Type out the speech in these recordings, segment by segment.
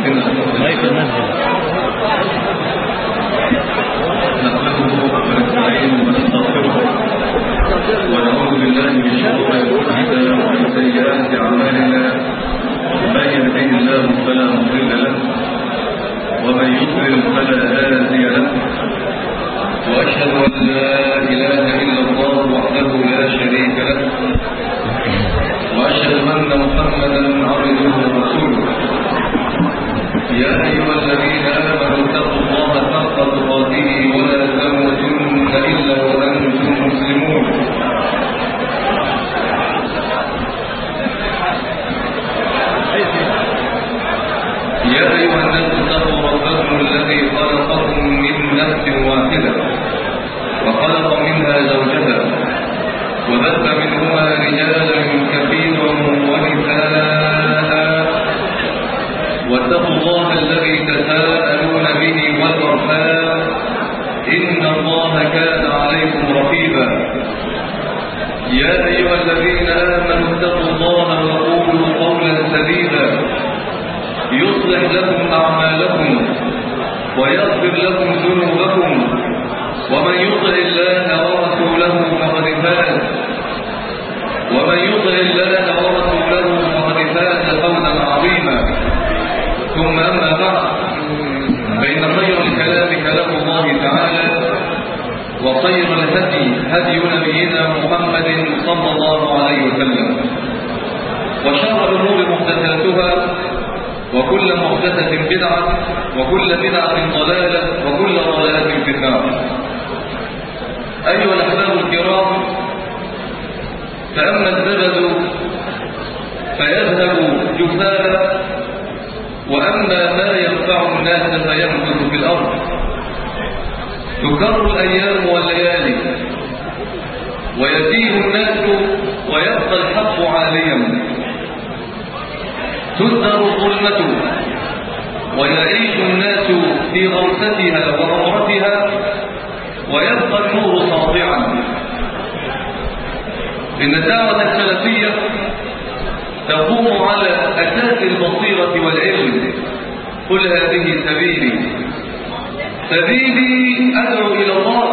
نحمده ونستعينه ونستغفره ونعوذ بالله من شرور انفسنا ومن سيئات اعمالنا. من يهده الله فلا مضل له ومن يضلل فلا هادي له، واشهد ان لا اله الا الله وحده لا شريك له، واشهد ان محمدا عبده ورسوله. يا ايها الذين امنوا اتقوا الله حق تقاته ولا تموتن الا وانتم مسلمون. يا ايها الناس اتقوا ربكم الذي خلقكم من نفس واحده وخلق منها زوجها وبث منهما رجالا كثيرا ونساء، واتقوا الله الذي تساءلون به والارحام ان الله كان عليكم رقيبا. يا ايها الذين امنوا اتقوا الله وقولوا قولا سديدا يصلح لكم اعمالكم ويغفر لكم ذنوبكم، ومن يطع الله ورسوله فقد فاز فوزا عظيما. ثم اما بعد، فان خير الكلام كلام الله تعالى، وخير الهدي هدي نبينا محمد صلى الله عليه وسلم، وشر الامور محدثاتها، وكل محدثة بدعة، وكل بدعة ضلالة، وكل ضلالة في النار. أيها الأحباب الكرام، فأما الزبد فيذهب جفاء، وأما ما ينفع الناس فيمكث في الأرض. تكر الأيام والليالي ويتيه الناس ويبقى الحق عاليا، تزدر الظلمة ويعيش الناس في غرستها وعمرتها، ويبقى النور ساطعا. إن الدعوة السلفية تقوم على أساس البصيرة والعلم. قل هذه سبيلي أدعو إلى الله،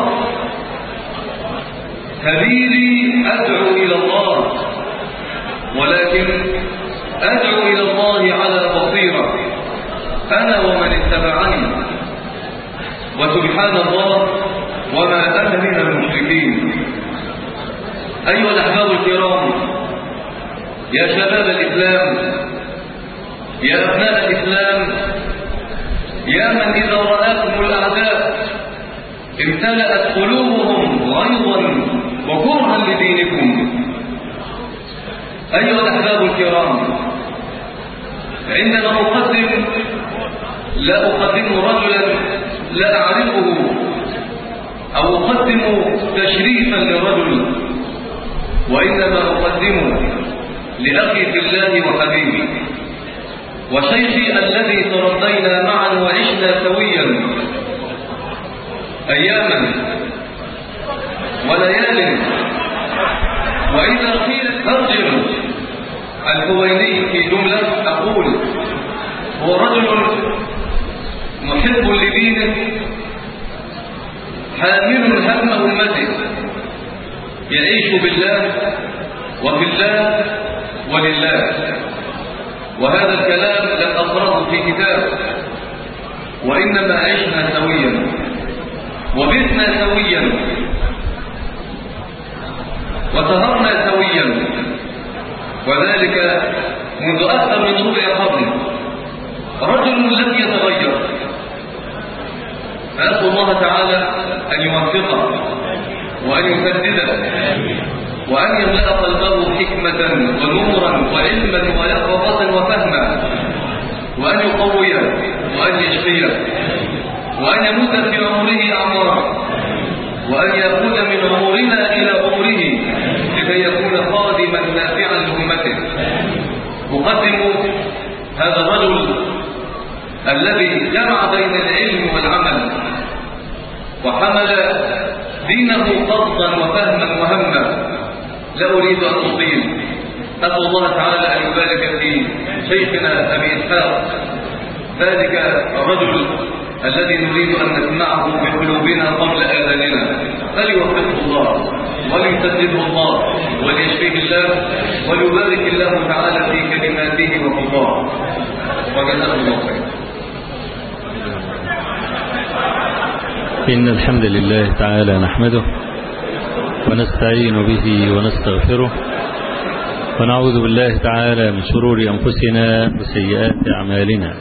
أدعو إلى الله، ولكن أدعو إلى الله على بصيرة أنا ومن اتبعني، وسبحان الله وما أنا من المشركين. أيها الأحباب الكرام، يا شباب الإسلام، يا أبناء الإسلام، يا من إذا رآكم الأعداء امتلأت قلوبهم غيظا وكرها لدينكم. أيها الأحباب الكرام، عندما لا أقدم رجلا لا أعرفه، أو أقدم تشريفا لرجل، وإنما أقدم لأخي في الله وحبيبي وشيخي الذي تربينا معا وعشنا سويا أياما وليال. وإذا قيل ترجم الحويني في جملة أقول هو رجل محب لدينه، حامل هم أمته، يعيش بالله وفي الله ولله. وهذا الكلام لم أقرأه في كتاب، وإنما عشنا سويا وبثنا سويا وسهرنا سويا، وذلك منذ أكثر من ربع قرن. رجل لم يتغير. فأسأل الله تعالى أن يوفقه وأن يسدده وأن يملأ قلبه حكمة ونورا وعلما ويقظة وفهما، وأن يقويه وأن يشفيه، وأن يمد في عمره أعمارا، وأن يأخذ من عمرنا إلى عمره لكي يكون خادما نافعا لأمته. أقدم هذا الرجل الذي جمع بين العلم والعمل، وحمل دينه قصدا وفهما وهما. لا أريد أن أطيل، أسأل الله تعالى أن يبارك في شيخنا أبي إسحاق ذلك الرجل الذي نريد أن نسمعه بقلوبنا قبل آذاننا فليوفقه الله وليسدده الله وليشفيه الله وليبارك الله تعالى في كلماته وخطاه وجزاه الله خيرا. إن الحمد لله تعالى نحمده ونستعين به ونستغفره ونعوذ بالله تعالى من شرور أنفسنا وسيئات أعمالنا.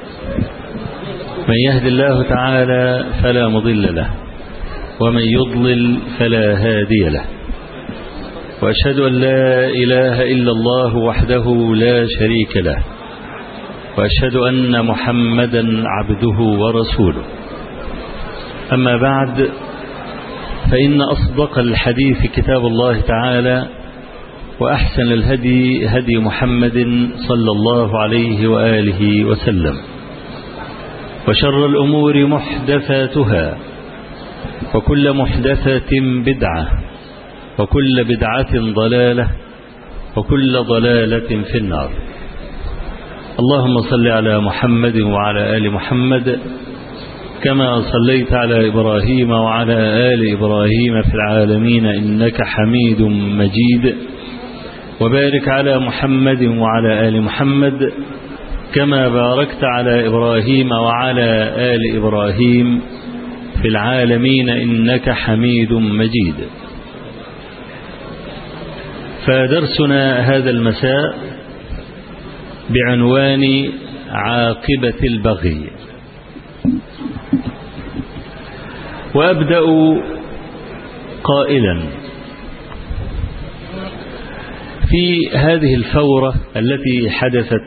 من يهد الله تعالى فلا مضل له ومن يضلل فلا هادي له، وأشهد أن لا إله إلا الله وحده لا شريك له، وأشهد أن محمدا عبده ورسوله. أما بعد، فإن أصدق الحديث كتاب الله تعالى، وأحسن الهدي هدي محمد صلى الله عليه وآله وسلم، وشر الأمور محدثاتها، وكل محدثة بدعة، وكل بدعة ضلالة، وكل ضلالة في النار. اللهم صل على محمد وعلى آل محمد كما صليت على إبراهيم وعلى آل إبراهيم في العالمين إنك حميد مجيد، وبارك على محمد وعلى آل محمد كما باركت على إبراهيم وعلى آل إبراهيم في العالمين إنك حميد مجيد. فدرسنا هذا المساء بعنوان عاقبة البغي. وأبدأ قائلا: في هذه الثورة التي حدثت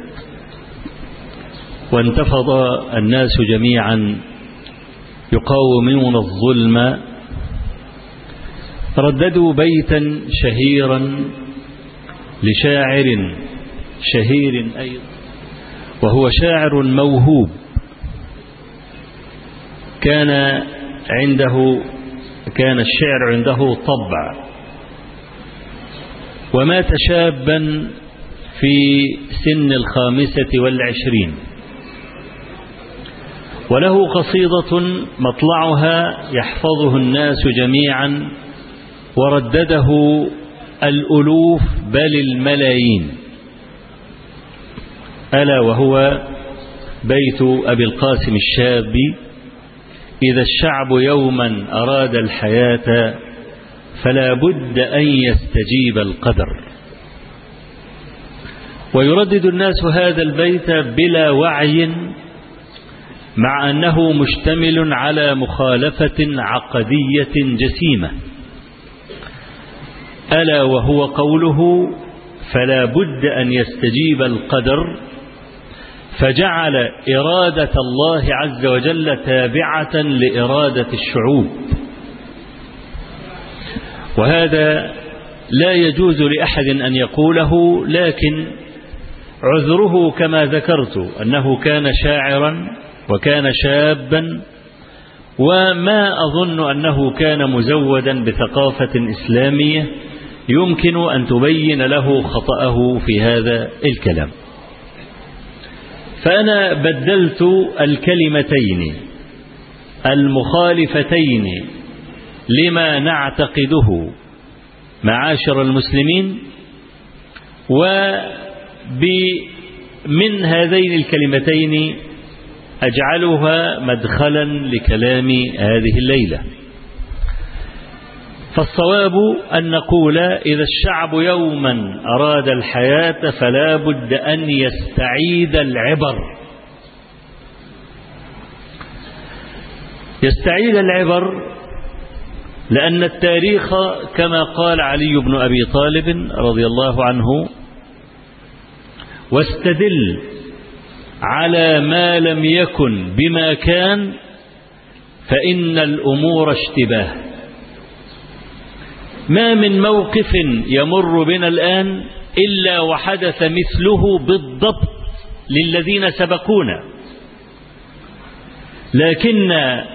وانتفض الناس جميعا يقاومون الظلم، رددوا بيتا شهيرا لشاعر شهير أيضا، وهو شاعر موهوب كان الشعر عنده طبع، ومات شابا في سن 25، وله قصيدة مطلعها يحفظه الناس جميعا وردده الألوف بل الملايين، ألا وهو بيت أبي القاسم الشابي: إذا الشعب يوما أراد الحياة فلا بد أن يستجيب القدر. ويردد الناس هذا البيت بلا وعي، مع أنه مشتمل على مخالفة عقدية جسيمة، ألا وهو قوله: فلا بد أن يستجيب القدر، فجعل إرادة الله عز وجل تابعة لإرادة الشعوب. وهذا لا يجوز لأحد أن يقوله، لكن عذره كما ذكرت أنه كان شاعرا وكان شابا، وما أظن أنه كان مزودا بثقافة إسلامية يمكن أن تبين له خطأه في هذا الكلام. فأنا بدلت الكلمتين المخالفتين لما نعتقده معاشر المسلمين، ومن هذين الكلمتين أجعلها مدخلا لكلام هذه الليلة. فالصواب أن نقول: إذا الشعب يوما أراد الحياة فلا بد أن يستعيد العبر. يستعيد العبر لأن التاريخ كما قال علي بن أبي طالب رضي الله عنه: واستدل على ما لم يكن بما كان فإن الأمور اشتباه. ما من موقف يمر بنا الآن إلا وحدث مثله بالضبط للذين سبقونا، لكن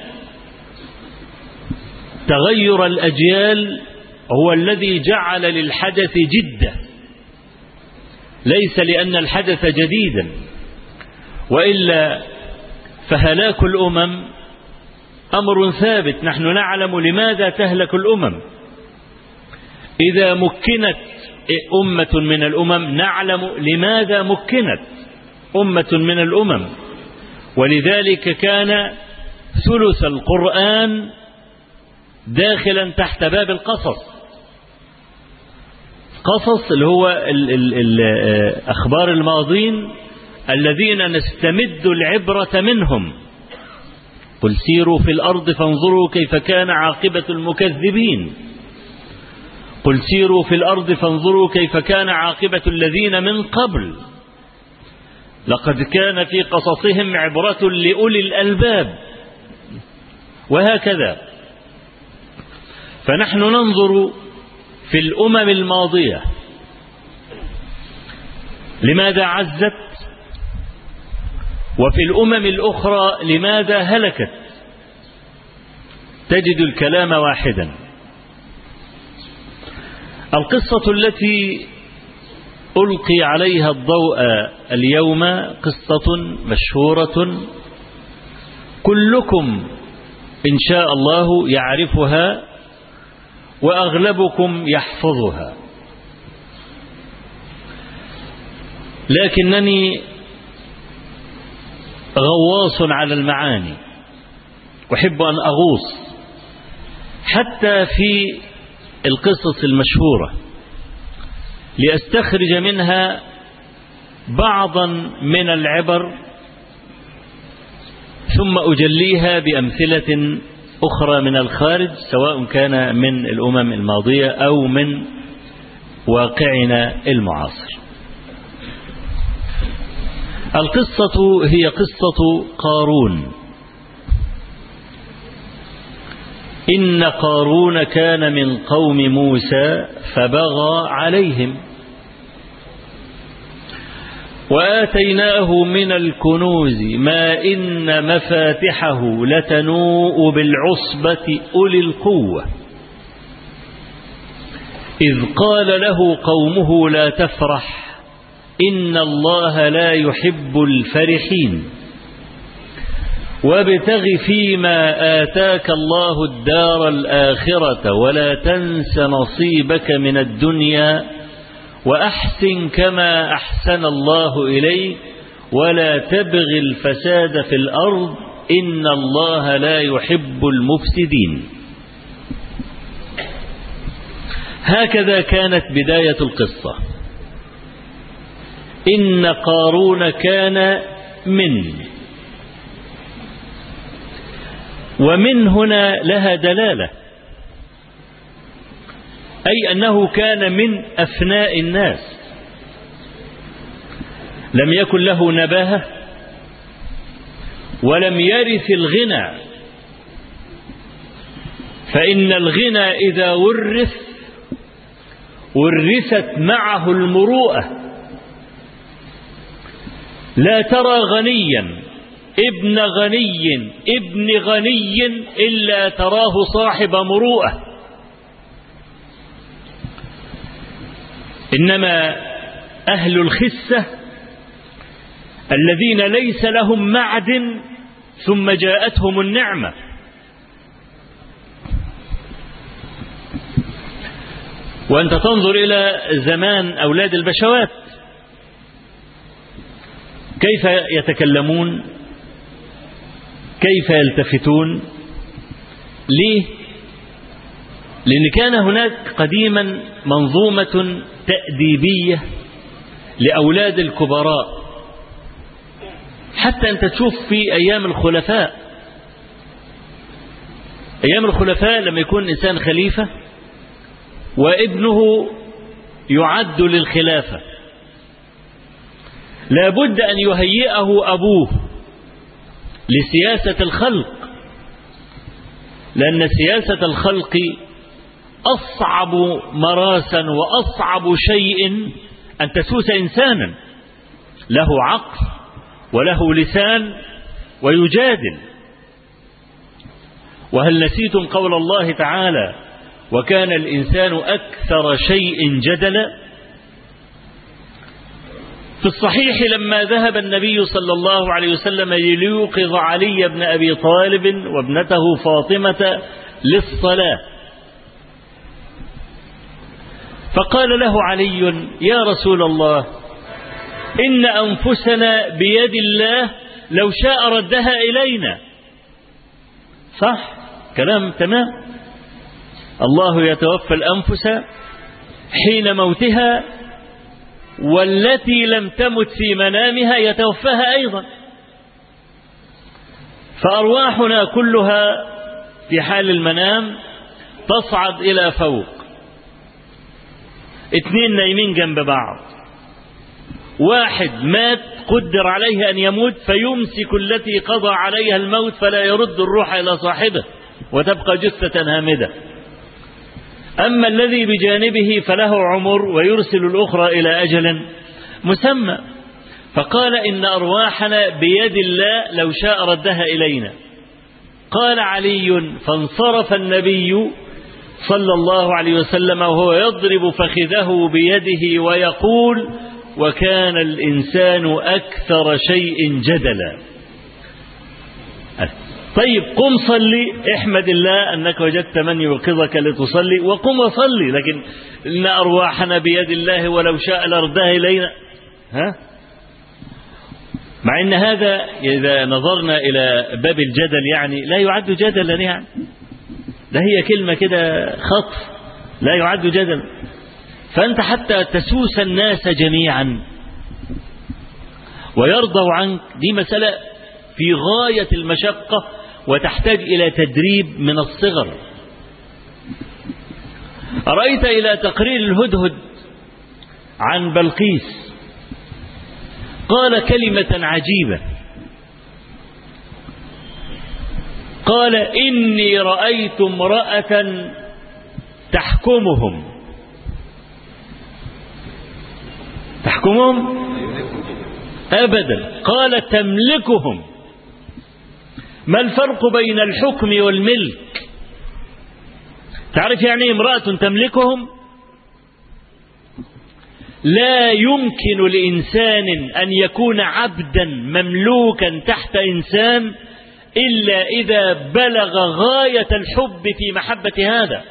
تغير الأجيال هو الذي جعل للحدث جدة، ليس لأن الحدث جديدا، وإلا فهلاك الأمم أمر ثابت، نحن نعلم لماذا تهلك الأمم. إذا مكنت أمة من الأمم نعلم لماذا مكنت أمة من الأمم، ولذلك كان ثلث القرآن داخلا تحت باب القصص. قصص اللي هو أخبار الماضين الذين نستمد العبرة منهم. قل سيروا في الأرض فانظروا كيف كان عاقبة المكذبين. قل سيروا في الأرض فانظروا كيف كان عاقبة الذين من قبل لقد كان في قصصهم عبرة لأولي الألباب، وهكذا. فنحن ننظر في الأمم الماضية لماذا عزت، وفي الأمم الأخرى لماذا هلكت، تجد الكلام واحدا. القصة التي ألقي عليها الضوء اليوم قصة مشهورة كلكم إن شاء الله يعرفها وأغلبكم يحفظها، لكنني غواص على المعاني، أحب أن أغوص حتى في القصص المشهورة لأستخرج منها بعضا من العبر، ثم أجليها بأمثلة أخرى من الخارج، سواء كان من الأمم الماضية أو من واقعنا المعاصر. القصة هي قصة قارون. إن قارون كان من قوم موسى فبغى عليهم وآتيناه من الكنوز ما إن مفاتحه لتنوء بالعصبة أولي القوة إذ قال له قومه لا تفرح إن الله لا يحب الفرحين وابتغ فيما آتاك الله الدار الآخرة ولا تنس نصيبك من الدنيا وأحسن كما أحسن الله إليك ولا تبغ الفساد في الأرض إن الله لا يحب المفسدين. هكذا كانت بداية القصة. إن قارون كان ومن هنا لها دلالة، أي أنه كان من أفناء الناس، لم يكن له نباهة ولم يرث الغنى، فإن الغنى إذا ورثت معه المروءة. لا ترى غنيا ابن غني إلا تراه صاحب مروءة، إنما أهل الخسة الذين ليس لهم معدن ثم جاءتهم النعمة. وأنت تنظر إلى زمان أولاد البشوات كيف يتكلمون، كيف يلتفتون. ليه؟ لأن كان هناك قديما منظومة تأديبية لأولاد الكبراء، حتى أنت تشوف في أيام الخلفاء لما يكون إنسان خليفة وابنه يعد للخلافة لابد أن يهيئه أبوه لسياسة الخلق، لأن سياسة الخلق أصعب مراسا وأصعب شيء أن تسوس إنسانا له عقل وله لسان ويجادل. وهل نسيتم قول الله تعالى وكان الإنسان أكثر شيء جدلا؟ في الصحيح لما ذهب النبي صلى الله عليه وسلم ليوقظ علي بن أبي طالب وابنته فاطمة للصلاة، فقال له علي: يا رسول الله، إن أنفسنا بيد الله، لو شاء ردها إلينا. صح، كلام تمام. الله يتوفى الأنفس حين موتها، والتي لم تمت في منامها يتوفاها أيضا. فأرواحنا كلها في حال المنام تصعد إلى فوق، اثنين نايمين جنب بعض، واحد مات قدر عليه أن يموت فيمسك التي قضى عليها الموت فلا يرد الروح إلى صاحبه وتبقى جثة هامدة. أما الذي بجانبه فله عمر ويرسل الأخرى إلى أجل مسمى. فقال: إن أرواحنا بيد الله، لو شاء ردها إلينا. قال علي: فانصرف النبي صلى الله عليه وسلم وهو يضرب فخذه بيده ويقول: وكان الإنسان أكثر شيء جدلا. طيب قم صلي، احمد الله أنك وجدت من يوقظك لتصلي، وقم وصلي. لكن إن أرواحنا بيد الله ولو شاء لردها إلينا. مع أن هذا إذا نظرنا إلى باب الجدل يعني لا يعد جدلا، يعني ده هي كلمة كده خطف، لا يعد جدلا. فأنت حتى تسوس الناس جميعا ويرضوا عنك، دي مسألة في غاية المشقة وتحتاج إلى تدريب من الصغر. أرأيت إلى تقرير الهدهد عن بلقيس، قال كلمة عجيبة، قال: إني رأيت امرأة تحكمهم. تحكمهم؟ أبدا، قال تملكهم. ما الفرق بين الحكم والملك؟ تعرف يعني امرأة تملكهم؟ لا يمكن لإنسان أن يكون عبدا مملوكا تحت إنسان إلا إذا بلغ غاية الحب في محبة هذا.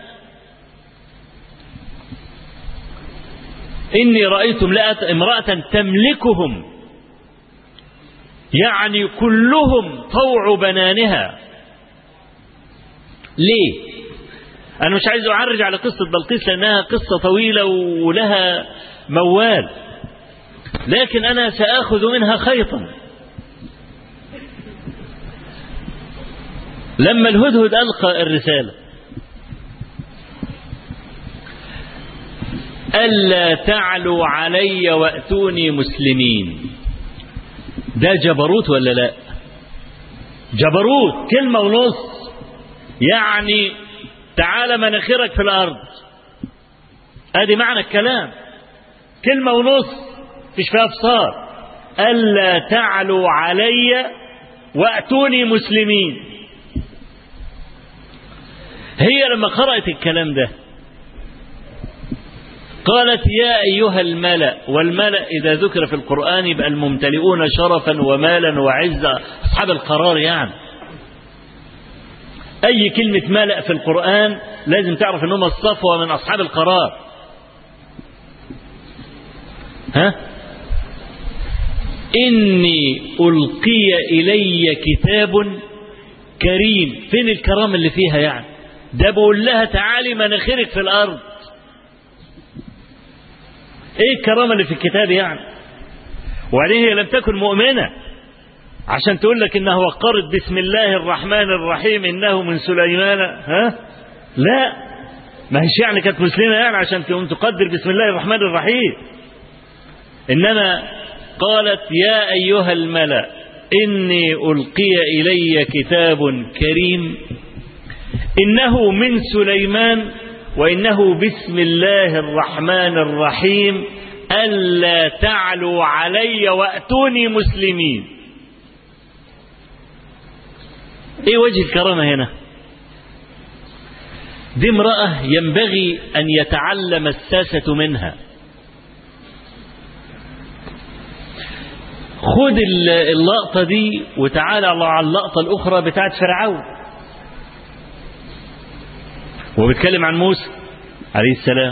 إني رأيت امرأة تملكهم، يعني كلهم طوع بنانها. ليه؟ أنا مش عايز أعرج على قصة بلقيس لأنها قصة طويلة ولها موال، لكن أنا سأخذ منها خيطا. لما الهدهد ألقى الرسالة: ألا تعلوا علي وأتوني مسلمين، ده جبروت ولا لا؟ جبروت، كلمة ونص، يعني تعال مناخيرك في الأرض، ادي معنى الكلام، كلمة ونص فيش فيها افصار. ألا تعلوا علي وأتوني مسلمين. هي لما قرأت الكلام ده قالت: يا أيها الملأ. والملأ إذا ذكر في القرآن يبقى الممتلئون شرفا ومالا وعزة، أصحاب القرار. يعني أي كلمة ملأ في القرآن لازم تعرف أنهم الصفوة من أصحاب القرار. إني ألقي إلي كتاب كريم. فين الكرامة اللي فيها؟ يعني ده بقول لها تعالي مناخيرك في الأرض. ايه الكرامة اللي في الكتاب يعني؟ وبعدين هي لم تكن مؤمنة عشان تقول لك انها وقرت بسم الله الرحمن الرحيم انه من سليمان. لا، ما هيش يعني كانت مسلمة يعني عشان تقوم تقدر بسم الله الرحمن الرحيم. انما قالت: يا ايها الملأ اني القي الي كتاب كريم انه من سليمان وإنه بسم الله الرحمن الرحيم ألا تعلوا علي وأتوني مسلمين. إيه وجه الكرامة هنا؟ دي امرأة ينبغي أن يتعلم الساسة منها. خد اللقطة دي وتعالى على اللقطة الأخرى بتاعت فرعون وبيتكلم عن موسى عليه السلام.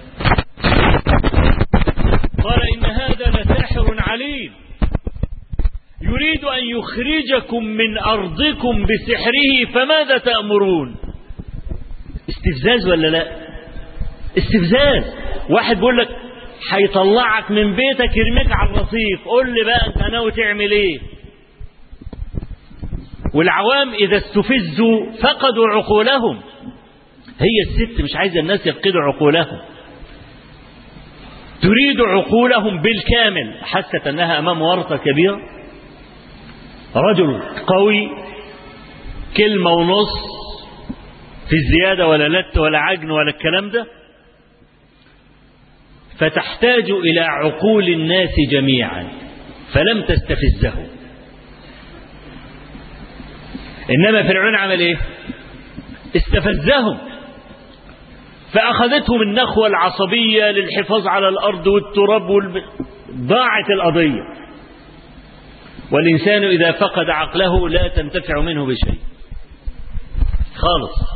قال إن هذا لساحر عليم يريد أن يخرجكم من أرضكم بسحره فماذا تأمرون؟ استفزاز ولا لا؟ استفزاز. واحد بيقول لك هيطلعك من بيتك يرميك على الرصيف، قول لي بقى انت ناوي تعمل ايه؟ والعوام اذا استفزوا فقدوا عقولهم. هي الست مش عايزه الناس يفقدوا عقولهم، تريد عقولهم بالكامل. حست انها امام ورطه كبيره، رجل قوي كلمه ونص في الزياده ولا لت ولا عجن ولا الكلام ده، فتحتاج إلى عقول الناس جميعا فلم تستفزه. إنما فرعون عمل إيه؟ استفزهم، فأخذتهم النخوة العصبية للحفاظ على الأرض والتراب ضاعت القضية. والإنسان إذا فقد عقله لا تنتفع منه بشيء خالص.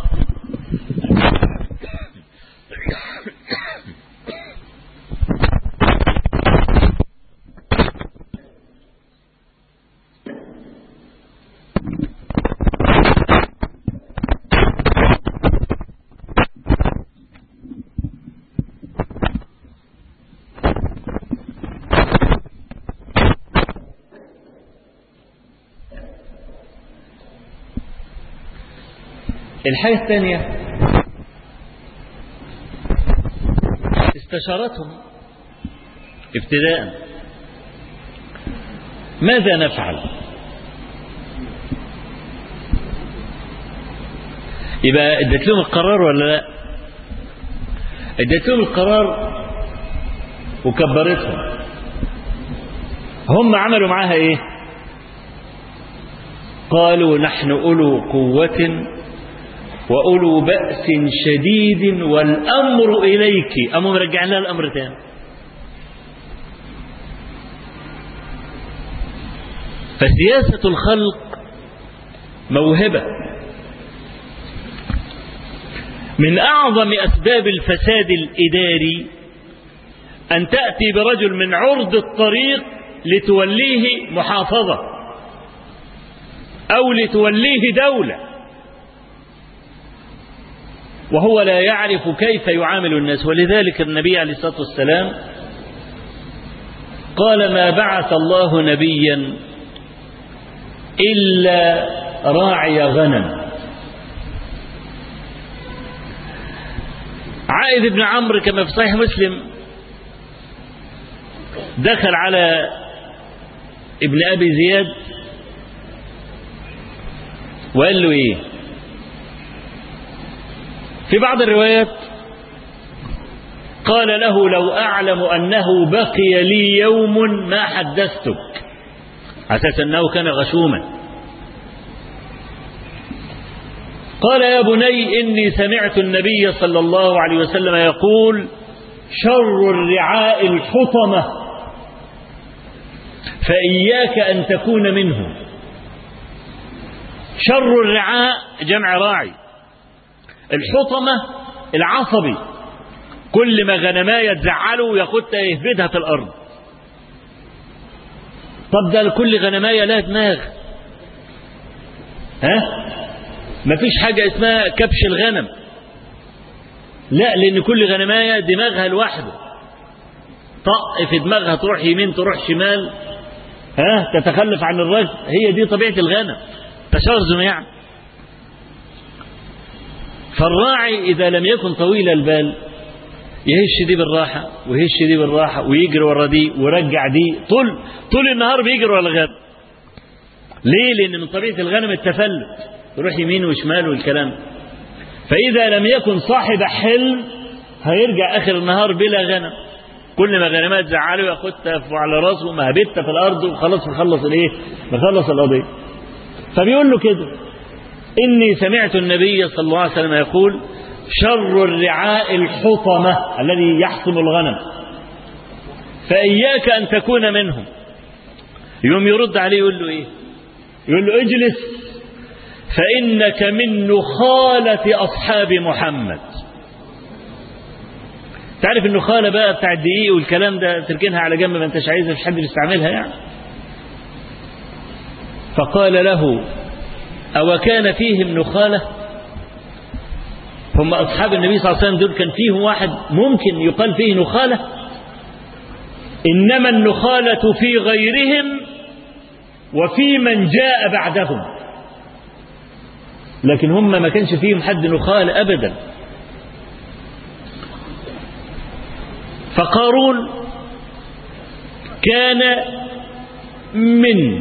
الحاجة الثانية استشارتهم ابتداء ماذا نفعل؟ يبقى ادت لهم القرار ولا لا؟ ادت لهم القرار وكبرتهم. هم عملوا معاها ايه؟ قالوا نحن أولو قوة وأولو بأس شديد والأمر إليك. أما مرجعنا لها الأمر تاني. فسياسة الخلق موهبة من أعظم أسباب الفساد الإداري أن تأتي برجل من عرض الطريق لتوليه محافظة أو لتوليه دولة وهو لا يعرف كيف يعامل الناس. ولذلك النبي عليه الصلاة والسلام قال ما بعث الله نبيا إلا راعي غنم. عائذ بن عمرو كما في صحيح مسلم دخل على ابن أبي زياد وقال له إيه؟ في بعض الروايات قال له لو أعلم أنه بقي لي يوم ما حدثتك، على أساس أنه كان غشوما. قال يا بني إني سمعت النبي صلى الله عليه وسلم يقول شر الرعاء الحطمة فإياك أن تكون منهم. شر الرعاء جمع راعي، الحطمة العصبي، كل ما غنماية تزعله ياخدها يهبدها في الأرض. طب ده كل غنماية لها دماغ؟ مفيش حاجة اسمها كبش الغنم، لا، لأن كل غنماية دماغها لوحده، طق في دماغها تروح يمين تروح شمال، تتخلف عن الرجل. هي دي طبيعة الغنم، تشرذم يعني. فالراعي إذا لم يكن طويل البال يهش دي بالراحة ويهش دي بالراحة ويجري ورا دي ويرجع دي طول النهار بيجري ورا الغنم. ليه؟ لأن من طبيعة الغنم التفلت، يروح يمين وشمال والكلام. فإذا لم يكن صاحب حلم هيرجع آخر النهار بلا غنم، كل ما غنمات زعله ياخدها على راسه مهبتها في الأرض وخلاص مخلص القضية. فبيقول له كده إني سمعت النبي صلى الله عليه وسلم يقول شر الرعاء الحطمة الذي يحطم الغنم فإياك أن تكون منهم. يوم يرد عليه يقول له إيه؟ يقول له اجلس فإنك من نخالة أصحاب محمد. تعرف النخالة بقى بتاع الدقيق والكلام ده تركنها على جنب، ما انتش عايزها، مش حد بيستعملها يعني. فقال له أو كان فيهم نخالة؟ هم أصحاب النبي صلى الله عليه وسلم دول كان فيهم واحد ممكن يقال فيه نخالة؟ إنما النخالة في غيرهم وفي من جاء بعدهم، لكن هم ما كانش فيهم حد نخالة أبدا. فقارون كان من،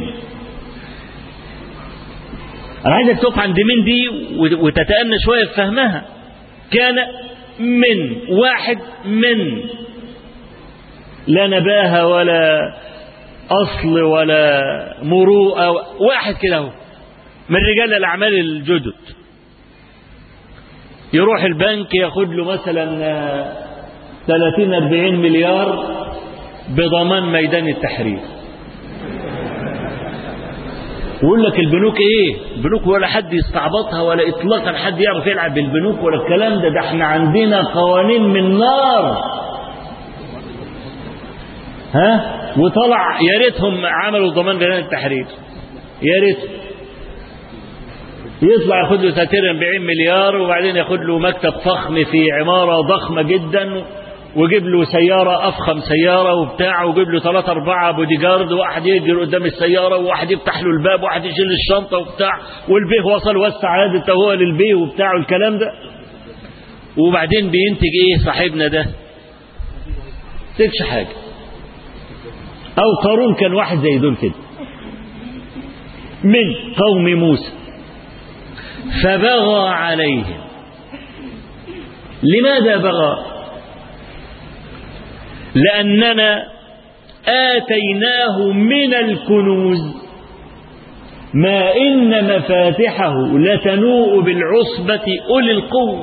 أنا عايزك تقف عند من دي وتتأنى شوية في فهمها. كان من واحد من، لا نباهة ولا أصل ولا مروءة، واحد كده هو من رجال الأعمال الجدد. يروح البنك ياخد له مثلا 30-40 مليار بضمان ميدان التحرير. ويقول لك البنوك ايه؟ البنوك ولا حد يستعبطها ولا اطلاقا حد يعرف يلعب بالبنوك ولا الكلام ده احنا عندنا قوانين من نار. ها؟ وطلع يا ريتهم عملوا ضمان ميدان التحرير، يا ريت يطلع ياخد له 30-40 مليار وبعدين ياخد له مكتب فخم في عمارة ضخمة جدا، ويجيب له سيارة أفخم سيارة وبتاع، ويجيب له 3-4 بودي جارد، وواحد يجري قدام السيارة وواحد يفتح له الباب وواحد يشيل الشنطة وبتاع، والبيه وصل وسع عادة هو للبيه وبتاع والكلام ده. وبعدين بينتج ايه صاحبنا ده؟ تكش حاجة. أو قارون كان واحد زي دول كده من قوم موسى فبغى عليهم. لماذا بغى؟ لأننا آتيناه من الكنوز ما إن مفاتحه لتنوء بالعصبة أولي القوة.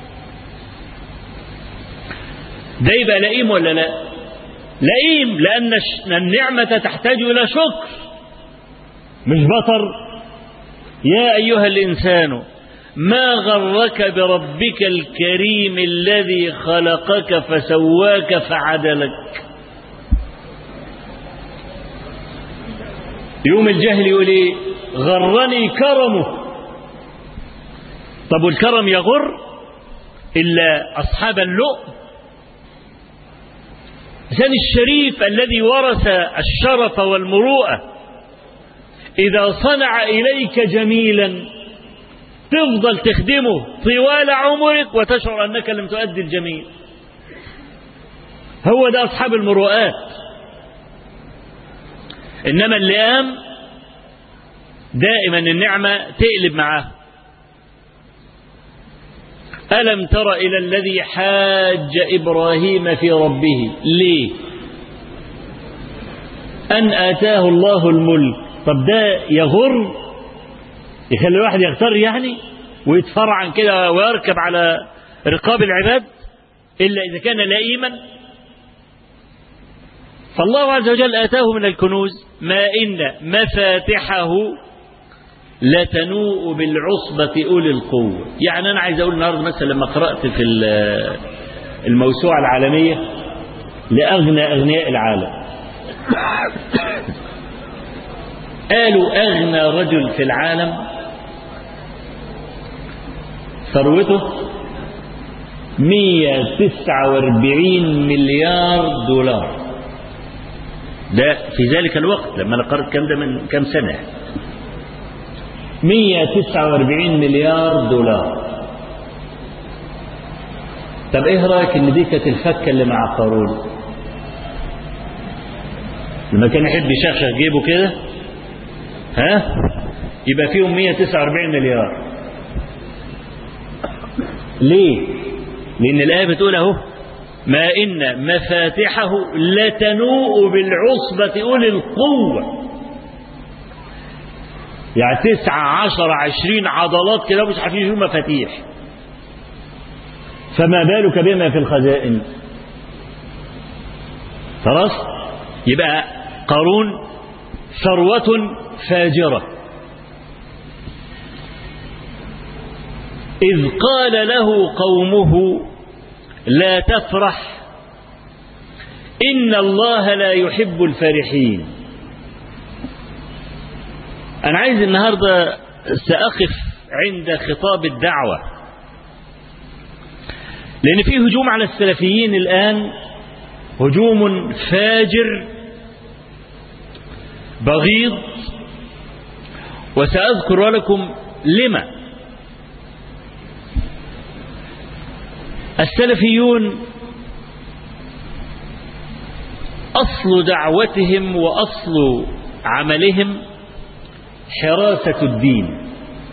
ده يبقى لئيم ولا لا؟ لئيم، لأن النعمة تحتاج إلى شكر مش بطر. يا أيها الإنسان ما غرك بربك الكريم الذي خلقك فسواك فعدلك. يوم الجهل يقول ايه؟ غرني كرمه. طب والكرم يغر إلا أصحاب اللؤم. إنسان الشريف الذي ورث الشرف والمروءة إذا صنع إليك جميلا تفضل تخدمه طوال عمرك وتشعر أنك لم تؤدي الجميل. هو ده أصحاب المروءات. إنما اللئام دائما النعمة تقلب معاه. ألم تر إلى الذي حاج إبراهيم في ربه ليه؟ أن آتاه الله الملك. طب ده يغر؟ يخلي الواحد يغتر يعني ويتفرعن كده ويركب على رقاب العباد إلا إذا كان لئيما. فالله عز وجل آتاه من الكنوز ما إن مفاتحه لتنوء بالعصبة أولي القوة. يعني أنا عايز أقول النهاردة مثلا لما قرأت في الموسوعة العالمية لأغنى أغنياء العالم قالوا أغنى رجل في العالم ثروته 149 مليار دولار. ده في ذلك الوقت لما أنا قرأت كم ده من كم سنة 149 مليار دولار. طب ايه رأيك ان دي كانت الفكة اللي مع قارون لما كان يحب يشخشخ جيبه كده ها يبقى فيهم 149 مليار. ليه؟ لأن الآية بتقول اهو ما إن مفاتحه لتنوء بالعصبة أولي القوة. يعني 9-10-20 عضلات كده مش عارفين يشيلوا مفاتيح، فما بالك بما في الخزائن. خلاص يبقى قارون ثروة فاجرة، إذ قال له قومه لا تفرح إن الله لا يحب الفرحين. أنا عايز النهاردة سأقف عند خطاب الدعوة، لأن فيه هجوم على السلفيين الآن، هجوم فاجر بغيض، وسأذكر لكم لما. السلفيون أصل دعوتهم وأصل عملهم حراسة الدين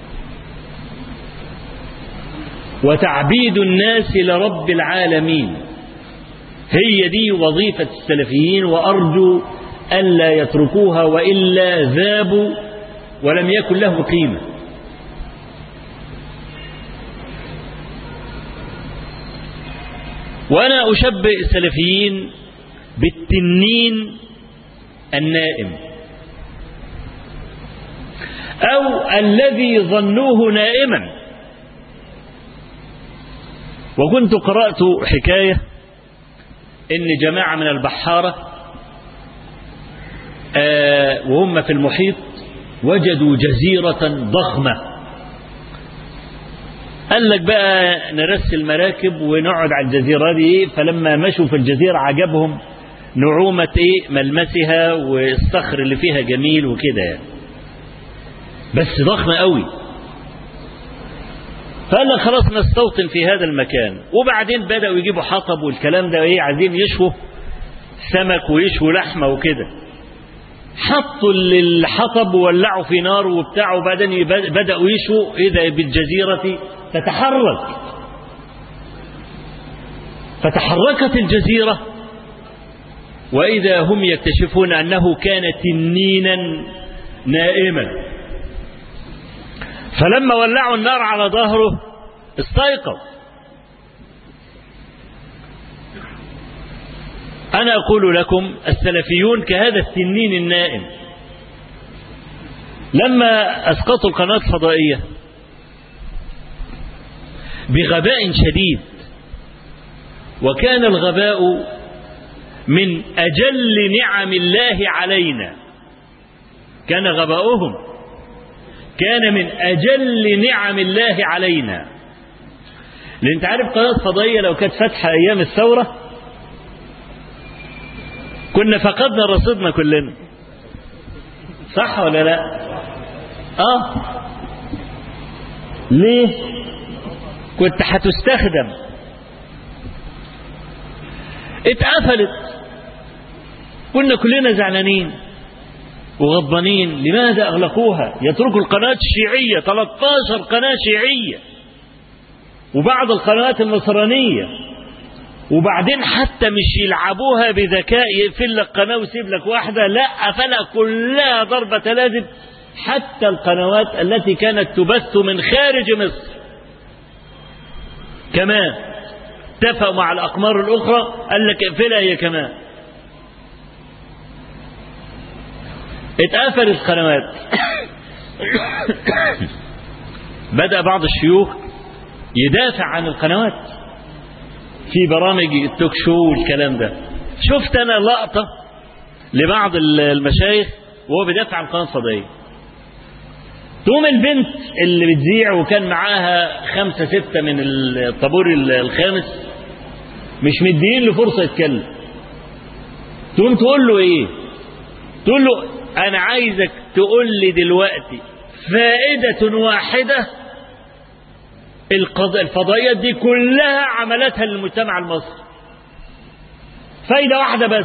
وتعبيد الناس لرب العالمين، هي دي وظيفة السلفيين، وأرجو ألا يتركوها وإلا ذابوا ولم يكن له قيمة. وأنا أشبه السلفيين بالتنين النائم، أو الذي ظنوه نائما. وكنت قرأت حكاية إن جماعة من البحارة وهم في المحيط وجدوا جزيرة ضخمة. قال لك بقى نرسل مراكب ونقعد على الجزيرة دي. فلما مشوا في الجزيرة عجبهم نعومة ملمسها، والصخر اللي فيها جميل وكده يعني، بس ضخمة قوي. فقال لك خلاص نستوطن في هذا المكان. وبعدين بدأوا يجيبوا حطب والكلام ده، عايزين يشووا سمك ويشووا لحمة وكده. حطوا الحطب وولعوا في نار وبتاع، وبعدين بدأوا يشووا إذا بالجزيرة تتحرك. فتحركت الجزيرة، وإذا هم يكتشفون أنه كان تنينا نائما. فلما ولعوا النار على ظهره استيقظ. أنا أقول لكم السلفيون كهذا التنين النائم. لما أسقطوا القناة الفضائية بغباء شديد، وكان الغباء من أجل نعم الله علينا، كان غباؤهم كان من أجل نعم الله علينا. لأن أنت عارف قناة فضائية لو كانت فاتحة أيام الثورة كنا فقدنا رصيدنا كلنا، صح ولا لا؟ ليه؟ كنت هتستخدم. اتقفلت، كنا كلنا زعلانين وغضبانين. لماذا أغلقوها؟ يتركوا القناة الشيعية، 13 قناة شيعية وبعض القنوات النصرانية، وبعدين حتى مش يلعبوها بذكاء يقفل لك قناة ويسيب لك واحدة، لا، قفلها كلها ضربة لازم. حتى القنوات التي كانت تبث من خارج مصر كمان اتفقوا مع الأقمار الأخرى، قال لك اقفلها هي كمان. اتقفل القنوات. بدأ بعض الشيوخ يدافع عن القنوات في برامج التوك شو والكلام ده. شفت أنا لقطة لبعض المشايخ وهو بيدافع عن القناة الفضائية، تقوم البنت اللي بتذيع وكان معاها 5 6 من الطابور الخامس مش مدين له فرصة يتكلم، تقوم تقول له ايه؟ تقول له انا عايزك تقول لي دلوقتي فائدة واحدة الفضائيات دي كلها عملتها للمجتمع المصري، فائدة واحدة بس.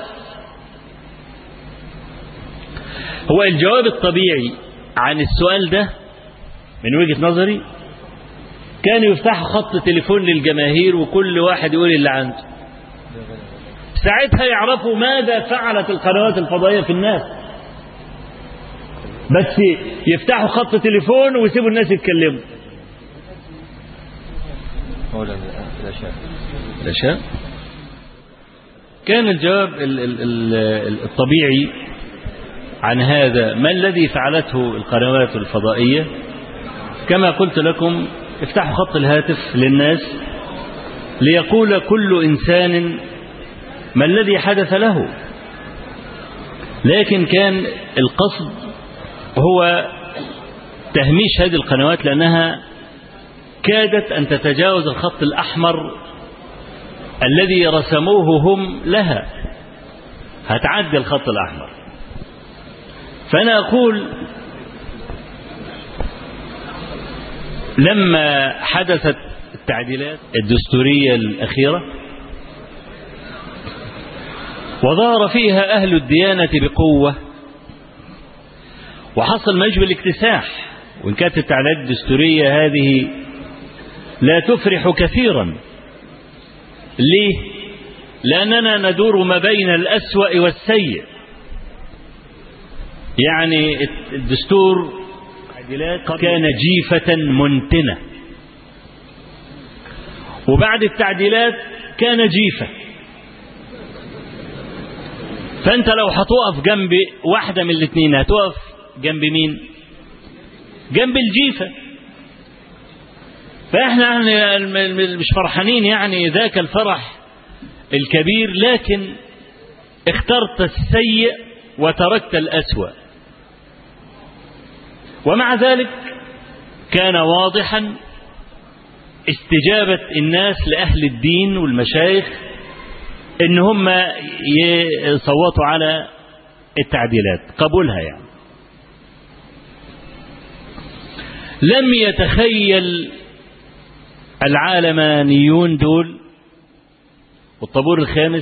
هو الجواب الطبيعي عن السؤال ده من وجهة نظري كانوا يفتحوا خط تليفون للجماهير وكل واحد يقول اللي عنده، ساعتها يعرفوا ماذا فعلت القنوات الفضائية في الناس. بس يفتحوا خط تليفون ويسيبوا الناس يتكلموا. الأشياء كان الجواب الطبيعي عن هذا ما الذي فعلته القنوات الفضائية، كما قلت لكم افتحوا خط الهاتف للناس ليقول كل إنسان ما الذي حدث له. لكن كان القصد هو تهميش هذه القنوات، لأنها كادت أن تتجاوز الخط الأحمر الذي رسموه هم لها، هتعدي الخط الأحمر. فأنا أقول لما حدثت التعديلات الدستورية الأخيرة وظهر فيها أهل الديانة بقوة وحصل ما يشبه الاكتساح، وإن كانت التعديلات الدستورية هذه لا تفرح كثيرا. ليه؟ لأننا ندور ما بين الأسوأ والسيء. يعني الدستور كان جيفة منتنة، وبعد التعديلات كان جيفة. فأنت لو هتقف جنب واحدة من الاثنين هتقف جنب مين؟ جنب الجيفة. فإحنا مش فرحانين يعني ذاك الفرح الكبير، لكن اخترت السيء وتركت الأسوأ. ومع ذلك كان واضحا استجابة الناس لأهل الدين والمشايخ إن هم يصوتوا على التعديلات قبولها. يعني لم يتخيل العالمانيون دول والطابور الخامس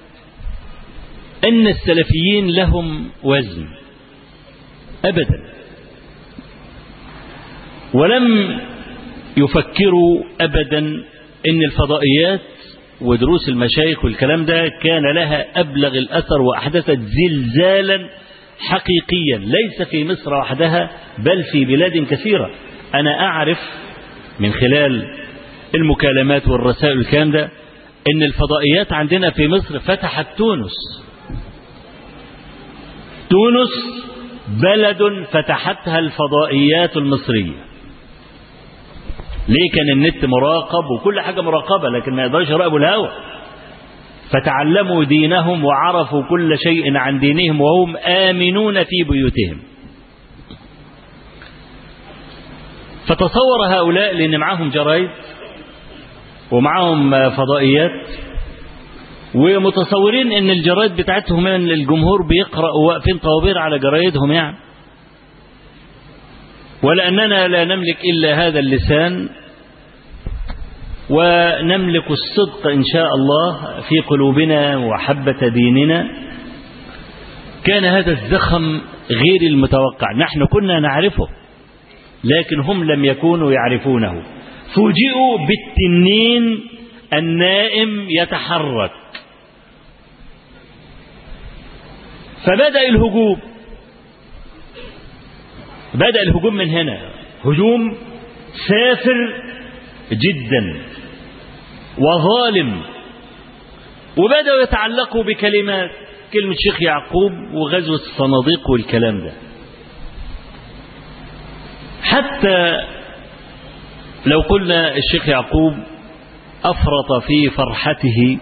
أن السلفيين لهم وزن أبدا، ولم يفكروا أبدا أن الفضائيات ودروس المشايخ والكلام ده كان لها أبلغ الأثر وأحدثت زلزالا حقيقيا ليس في مصر وحدها بل في بلاد كثيرة. أنا أعرف من خلال المكالمات والرسائل والكلام ده أن الفضائيات عندنا في مصر فتحت تونس. تونس بلد فتحتها الفضائيات المصرية. ليه؟ كان النت مراقب وكل حاجة مراقبة، لكن ما يقدرش يراقبوا الهوى. فتعلموا دينهم وعرفوا كل شيء عن دينهم وهم آمنون في بيوتهم. فتصور هؤلاء لأن معهم جرايد ومعهم فضائيات ومتصورين أن الجرايد بتاعتهم أن الجمهور بيقرأ واقفين طوابير على جرايدهم يعني، ولأننا لا نملك إلا هذا اللسان ونملك الصدق إن شاء الله في قلوبنا وحبة ديننا. كان هذا الزخم غير المتوقع، نحن كنا نعرفه لكن هم لم يكونوا يعرفونه. فوجئوا بالتنين النائم يتحرك، فبدأ الهجوم. بدأ الهجوم من هنا، هجوم سافر جدا وظالم، وبدأوا يتعلقوا بكلمات كلمة شيخ يعقوب وغزوة الصناديق والكلام ده. حتى لو قلنا الشيخ يعقوب أفرط في فرحته،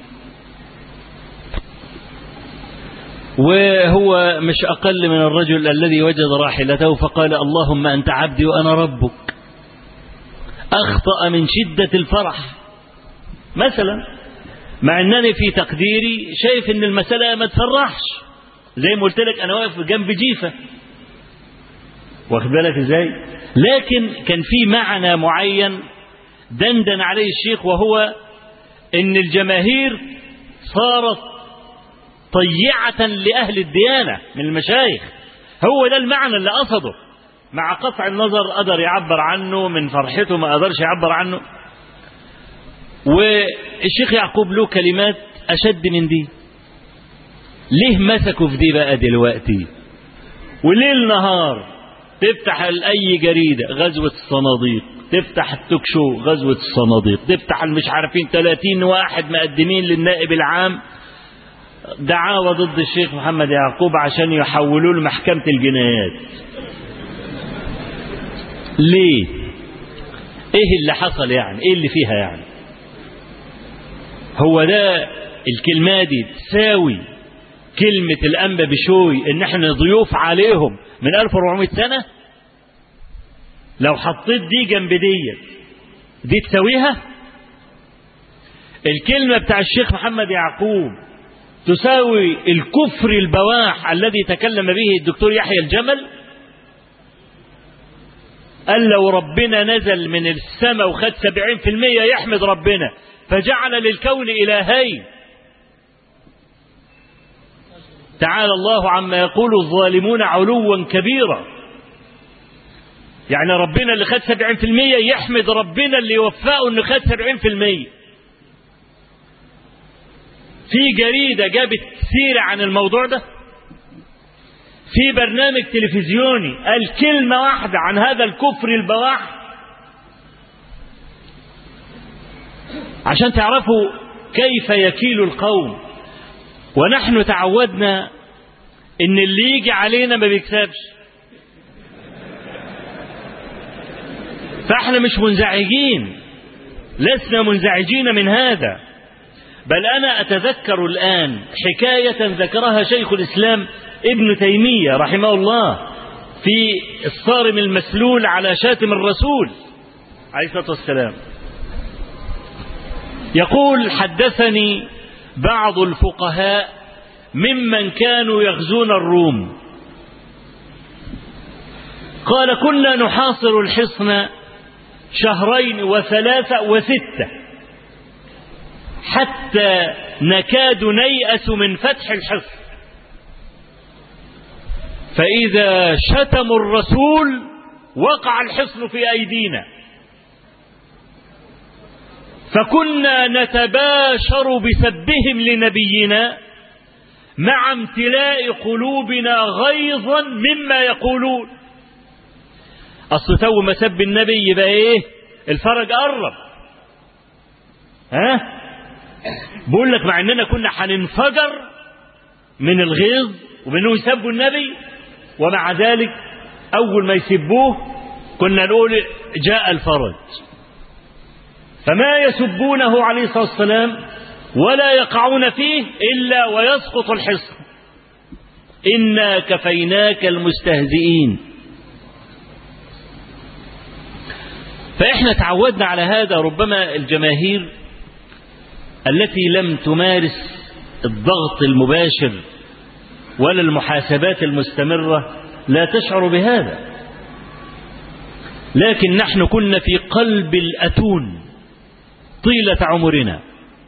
وهو مش أقل من الرجل الذي وجد راحلته فقال اللهم أنت عبدي وأنا ربك، أخطأ من شدة الفرح مثلا، مع أنني في تقديري شايف أن المسألة ما تفرحش. زي ما قلت لك أنا واقف جنب جيفة، واخد بالك إزاي؟ لكن كان في معنى معين دندن عليه الشيخ، وهو أن الجماهير صارت طيعة لأهل الديانة من المشايخ. هو ده المعنى اللي قصده، مع قطع النظر قدر يعبر عنه، من فرحته ما قدرش يعبر عنه. والشيخ يعقوب له كلمات أشد من دي. ليه مسكوا في دي بقى دلوقتي؟ وليل نهار تفتح أي جريدة غزوة الصناديق، تفتح التوك شو غزوة الصناديق، تفتح المش عارفين 30 واحد مقدمين للنائب العام دعاوى ضد الشيخ محمد يعقوب عشان يحولوا له محكمة الجنايات. ليه؟ ايه اللي حصل يعني؟ ايه اللي فيها يعني؟ هو ده الكلمة دي تساوي كلمة الأنبا بشوي ان احنا ضيوف عليهم من 1400 سنة؟ لو حطيت دي جنب دي تساويها؟ الكلمة بتاع الشيخ محمد يعقوب تساوي الكفر البواح الذي تكلم به الدكتور يحيى الجمل؟ قال لو ربنا نزل من السماء وخد 70% يحمد ربنا فجعل للكون إلهين. تعالى الله عما يقول الظالمون علوا كبيرا. يعني ربنا اللي خد 70% يحمد ربنا اللي يوفقه انه خد 70%. في جريدة جابت سيرة عن الموضوع ده، في برنامج تلفزيوني قال كلمة واحدة عن هذا الكفر البواح، عشان تعرفوا كيف يكيل القوم. ونحن تعودنا ان اللي يجي علينا ما بيكسبش، فاحنا مش منزعجين، لسنا منزعجين من هذا. بل أنا أتذكر الآن حكاية ذكرها شيخ الإسلام ابن تيمية رحمه الله في الصارم المسلول على شاتم الرسول عليه الصلاة والسلام. يقول: حدثني بعض الفقهاء ممن كانوا يغزون الروم، قال: كنا نحاصر الحصن 2 و3 و6 حتى نكاد نيأس من فتح الحصن، فإذا شتموا الرسول وقع الحصن في أيدينا، فكنا نتباشر بسبهم لنبينا مع امتلاء قلوبنا غيظا مما يقولون. أصل تو ما سب النبي يبقى إيه؟ الفرج قرب. بقول لك مع اننا كنا هننفجر من الغيظ وبانهم يسبوا النبي، ومع ذلك اول ما يسبوه كنا نقول جاء الفرج. فما يسبونه عليه الصلاة والسلام ولا يقعون فيه الا ويسقط الحصن. انا كفيناك المستهزئين. فاحنا تعودنا على هذا. ربما الجماهير التي لم تمارس الضغط المباشر ولا المحاسبات المستمرة لا تشعر بهذا، لكن نحن كنا في قلب الأتون طيلة عمرنا.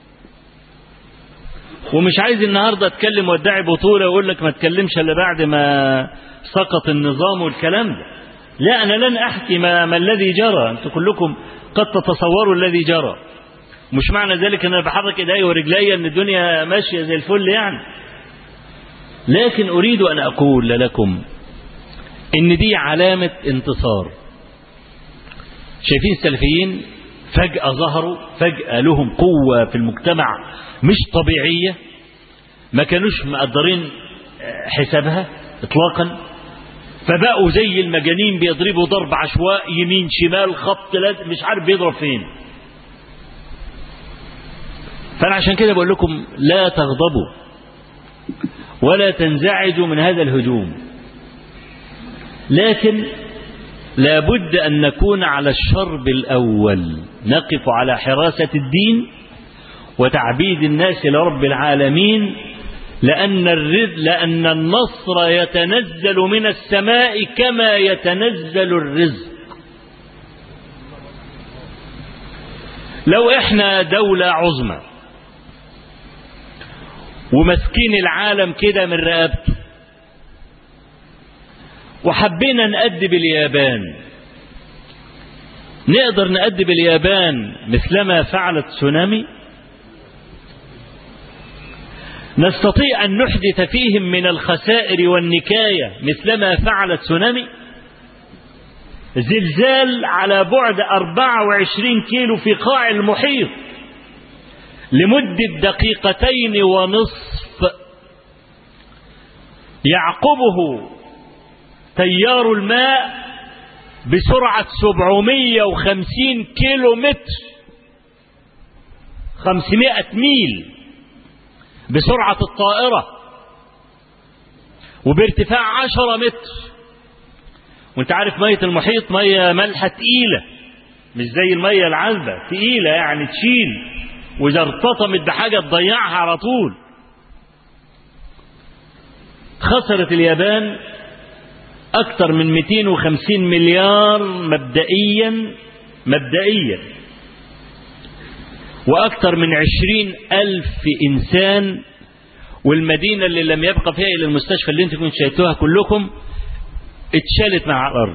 ومش عايز النهاردة أتكلم وادعي بطولة وأقول لك ما تكلمش إلا بعد ما سقط النظام والكلام ده. لا، أنا لن أحكي ما الذي جرى، أنتم كلكم قد تتصوروا الذي جرى. مش معنى ذلك أن أنا بحرك إيدي ورجلي أن الدنيا ماشية زي الفل يعني، لكن أريد أن أقول لكم إن دي علامة انتصار. شايفين السلفيين فجأة ظهروا، فجأة لهم قوة في المجتمع مش طبيعية، ما كانوش مقدرين حسابها إطلاقا، فبقوا زي المجانين بيضربوا ضرب عشواء يمين شمال خط مش عارف بيضرب فين. فأنا عشان كده بقول لكم لا تغضبوا ولا تنزعجوا من هذا الهجوم، لكن لابد أن نكون على الشرب الأول، نقف على حراسة الدين وتعبيد الناس لرب العالمين، لأن النصر يتنزل من السماء كما يتنزل الرزق. لو احنا دولة عظمى ومسكين العالم كده من رقبته وحبينا نأدب اليابان، نقدر نأدب اليابان مثلما فعلت تسونامي؟ نستطيع أن نحدث فيهم من الخسائر والنكاية مثلما فعلت تسونامي؟ زلزال على بعد 24 كيلو في قاع المحيط لمدة 2.5 دقيقة يعقبه تيار الماء بسرعة 750 كيلو متر، 500 ميل بسرعة الطائرة، وبارتفاع 10 متر. وانت عارف مية المحيط مية مالحة تقيلة، مش زي المية العذبة، تقيلة يعني تشيل، وإذا ارتطمت بحاجة تضيعها على طول. خسرت اليابان أكثر من 250 مليار مبدئيا، وأكثر من 20,000 إنسان. والمدينة اللي لم يبقى فيها إلا المستشفى اللي انتم كنتوا شايفوها كلكم اتشالت مع الأرض،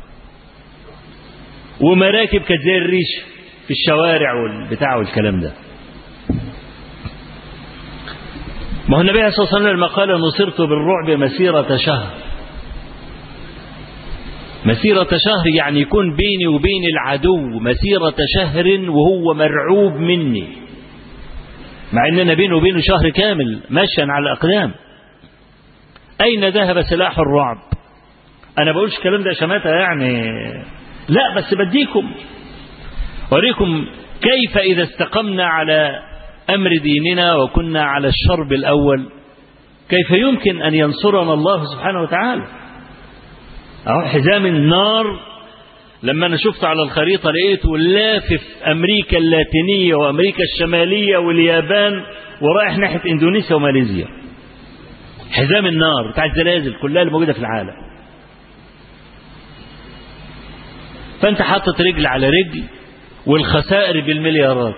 ومراكب كانت زي الريش في الشوارع والبتاع والكلام ده. ما هو النبي صلى الله عليه وسلم لما قال نصرت بالرعب مسيرة شهر، مسيرة شهر يعني يكون بيني وبين العدو مسيرة شهر وهو مرعوب مني، مع أننا بينه وبينه شهر كامل مشيا على الأقدام. أين ذهب سلاح الرعب؟ أنا بقولش الكلام ده شماتة يعني، لا، بس بديكم أوريكم كيف إذا استقمنا على أمر ديننا وكنا على الشرب الأول كيف يمكن أن ينصرنا الله سبحانه وتعالى. حزام النار لما أنا شفت على الخريطة لقيته لافف أمريكا اللاتينية وأمريكا الشمالية واليابان ورايح ناحية إندونيسيا وماليزيا. حزام النار بتاع الزلازل كلها اللي موجودة في العالم. فأنت حاطط رجل على رجل والخسائر بالمليارات.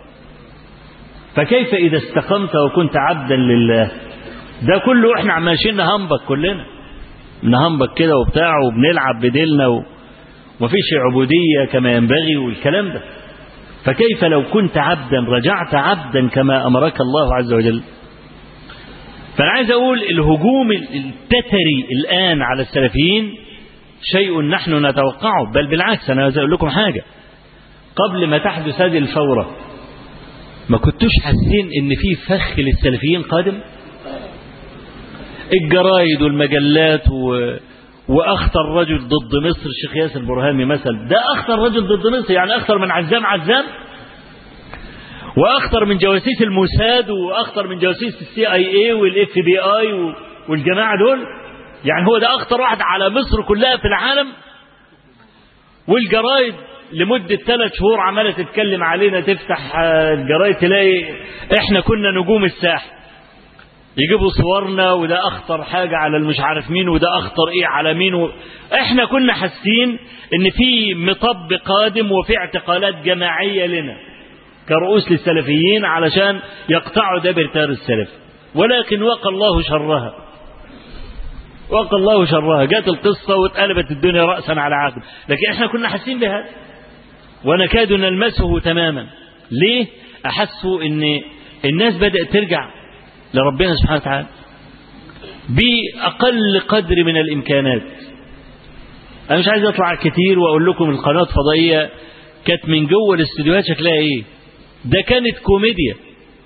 فكيف إذا استقمت وكنت عبدا لله؟ ده كله احنا ماشيين نهنبك، كلنا نهنبك كده وبتاع وبنلعب بديلنا ومفيش عبودية كما ينبغي والكلام ده. فكيف لو كنت عبدا رجعت عبدا كما أمرك الله عز وجل؟ فأنا عايز أقول الهجوم التتري الآن على السلفيين شيء نحن نتوقعه، بل بالعكس. أنا عايز أقول لكم حاجة، قبل ما تحدث هذه الثورة ما كنتوش حاسين إن في فخ للسلفيين قادم؟ الجرايد والمجلات وأخطر رجل ضد مصر الشيخ ياسر برهامي مثلا، ده أخطر رجل ضد مصر، يعني أخطر من عزام، وأخطر من جواسيس الموساد، وأخطر من جواسيس CIA والFBI والجماعة دول. يعني هو ده أخطر واحد على مصر كلها في العالم. والجرايد لمدة 3 شهور عمالة تتكلم علينا، تفتح الجرايد تلاقي احنا كنا نجوم الساحة، يجيبوا صورنا وده أخطر حاجة على المش عارف مين، وده أخطر إيه على مين. احنا كنا حاسين إن في مطب قادم وفي اعتقالات جماعية لنا كرؤوس للسلفيين علشان يقطعوا دابر تار السلف، ولكن وقى الله شرها، جات القصة واتقلبت الدنيا رأسا على عقب. لكن احنا كنا حاسين بهذا ونكاد نلمسه تماما. ليه؟ أحسوا إن الناس بدأت ترجع لربنا سبحانه وتعالى بأقل قدر من الإمكانات. أنا مش عايز أطلع كتير وأقول لكم القناة الفضائية كانت من جوه الاستوديوهات شكلها إيه. ده كانت كوميديا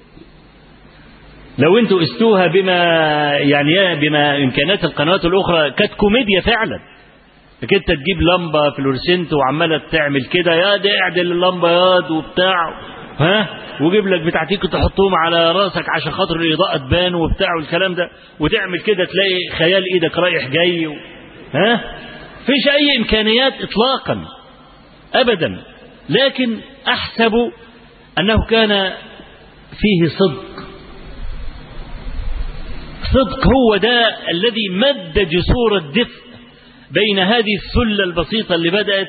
لو انتوا قستوها بما إمكانات القنوات الأخرى، كانت كوميديا فعلا. لكن انت تجيب لمبة فلورسنت وعمالة تعمل كده، يا ده اعدل اللمبة ياض وبتاع، وجيب لك بتاعتيك تحطهم على راسك عشان خاطر الإضاءة تبان وبتاع والكلام ده، وتعمل كده تلاقي خيال ايدك رايح جاي فيش أي إمكانيات إطلاقا أبدا. لكن أحسب أنه كان فيه صدق هو ده الذي مد جسور الدفء بين هذه السلة البسيطة اللي بدأت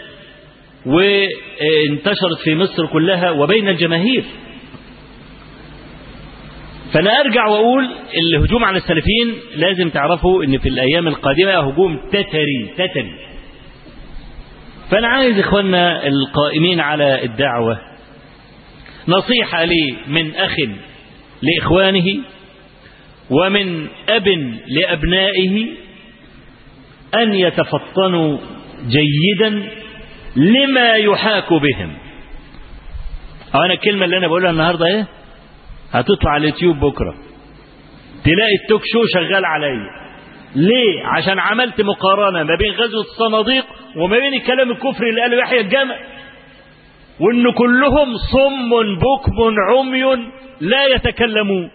وانتشرت في مصر كلها وبين الجماهير. فأنا أرجع وأقول الهجوم على السلفيين لازم تعرفوا أن في الأيام القادمة هجوم تتري. فأنا عايز إخواننا القائمين على الدعوة نصيحة لي من أخ لإخوانه ومن أب لأبنائه أن يتفطنوا جيدا لما يحاك بهم. أنا الكلمة اللي أنا بقولها النهاردة إيه؟ هتطلع على اليوتيوب بكرة تلاقي التوك شو شغال عليا، ليه؟ عشان عملت مقارنة ما بين غزوة الصناديق وما بين الكلام الكفري اللي قاله يحيى الجمل، وإن كلهم صم بكم عمي لا يتكلمون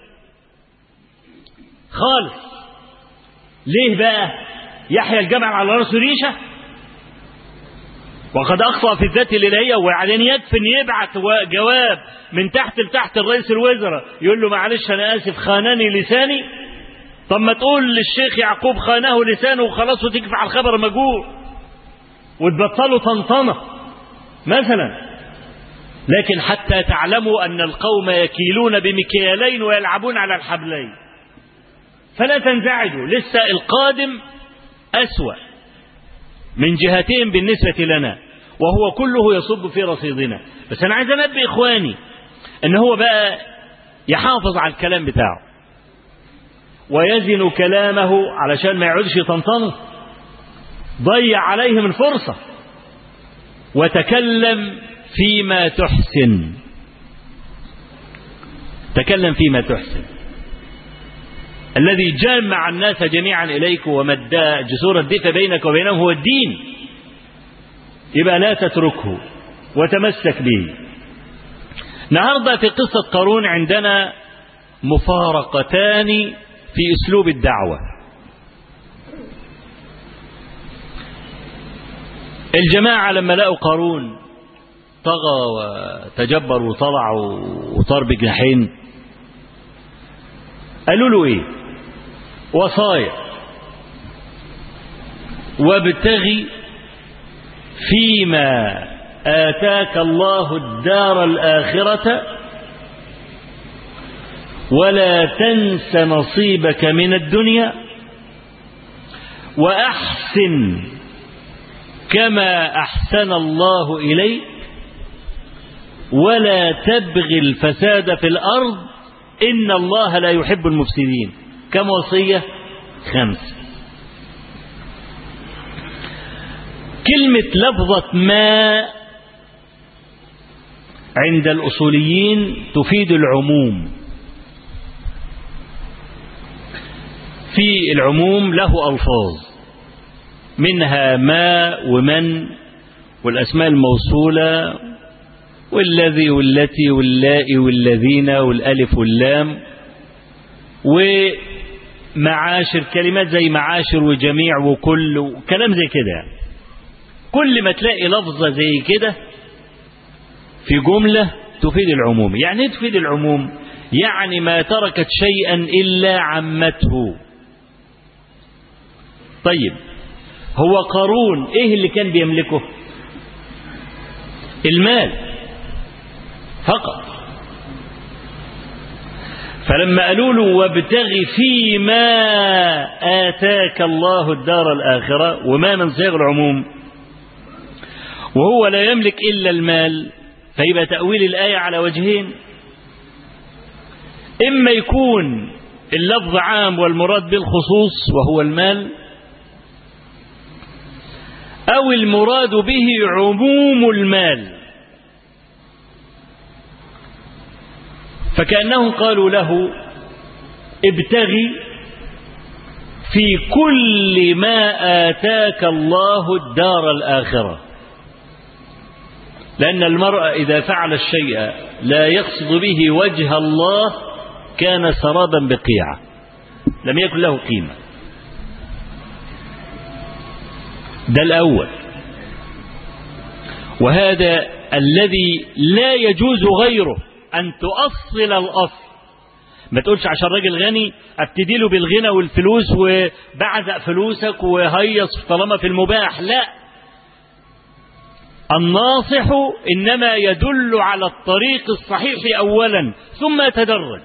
خالص. ليه بقى؟ يحيى الجمل على رأسه ريشة وقد أخطأ في الذات الإلهية، وبعدين يكفي إن يبعت جواب من تحت لتحت الرئيس الوزراء يقول له معلش أنا آسف خانني لساني. طب ما تقول للشيخ يعقوب خانه لسانه وخلاص وتكفي على الخبر مجهول وتبطلوا طنطنة مثلا. لكن حتى تعلموا أن القوم يكيلون بمكيالين ويلعبون على الحبلين، فلا تنزعجوا، لسه القادم أسوأ من جهتين بالنسبة لنا وهو كله يصب في رصيدنا. بس أنا عايز أنبه إخواني أن هو بقى يحافظ على الكلام بتاعه ويزن كلامه علشان ما يعودش يطنطنه، ضيع عليهم الفرصة. وتكلم فيما تحسن، تكلم فيما تحسن. الذي جمع الناس جميعا إليك ومد جسور الدفء بينك وبينهم هو الدين، يبقى لا تتركه وتمسك به. النهارده في قصة قارون عندنا مفارقتان في أسلوب الدعوة. الجماعة لما لقوا قارون طغى وتجبر وطلع وطار بجناحين قالوا له ايه؟ وصايا: وابتغي فيما آتاك الله الدار الآخرة ولا تنس نصيبك من الدنيا وأحسن كما أحسن الله إليك ولا تبغي الفساد في الأرض إن الله لا يحب المفسدين. كم وصية؟ 5. كلمة لفظة ما عند الأصوليين تفيد العموم. في العموم له ألفاظ منها ما ومن والأسماء الموصولة والذي والتي واللائي والذين والألف واللام ومعاشر، كلمات زي معاشر وجميع وكل وكلام زي كده. كل ما تلاقي لفظة زي كده في جملة تفيد العموم. يعني ايه تفيد العموم؟ يعني ما تركت شيئا إلا عمته. طيب هو قارون ايه اللي كان بيملكه؟ المال فقط. فلما قالوا له وابتغي فيما آتاك الله الدار الآخرة، وما من صيغ العموم وهو لا يملك إلا المال، فيبقى تأويل الآية على وجهين: إما يكون اللفظ عام والمراد بالخصوص وهو المال، أو المراد به عموم المال. فكأنهم قالوا له ابتغي في كل ما آتاك الله الدار الآخرة، لأن المرء إذا فعل الشيء لا يقصد به وجه الله كان سرابا بقيعة لم يكن له قيمة. ده الأول، وهذا الذي لا يجوز غيره أن تؤصل الأصل. ما تقولش عشان راجل غني ابتدي له بالغنى والفلوس وبعزق فلوسك وهيص طالما في المباح. لا، الناصح إنما يدل على الطريق الصحيح أولا ثم يتدرج.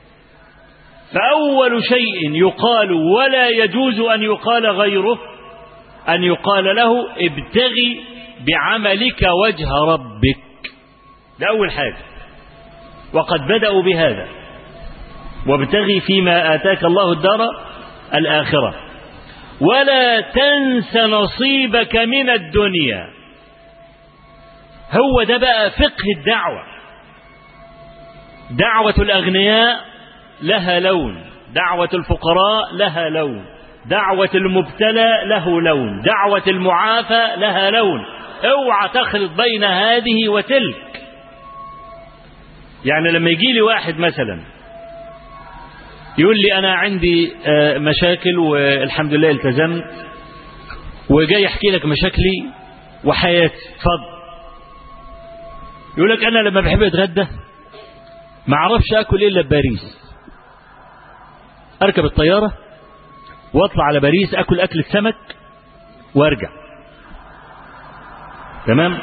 فأول شيء يقال ولا يجوز أن يقال غيره أن يقال له ابتغي بعملك وجه ربك. ده أول حاجة، وقد بدأوا بهذا: وابتغي فيما آتاك الله الدار الآخرة ولا تنس نصيبك من الدنيا. هو ده بقى فقه الدعوة. دعوة الأغنياء لها لون، دعوة الفقراء لها لون، دعوة المبتلى له لون، دعوة المعافى لها لون، اوعى تخلط بين هذه وتلك. يعني لما يجي لي واحد مثلا يقول لي أنا عندي مشاكل والحمد لله التزمت، وجاي يحكي لك مشاكلي وحياتي، اتفضل. يقول لك أنا لما بحب أتغدى ما أعرفش أكل إلا بباريس، أركب الطيارة وأطلع على باريس أكل أكلة سمك وأرجع. تمام؟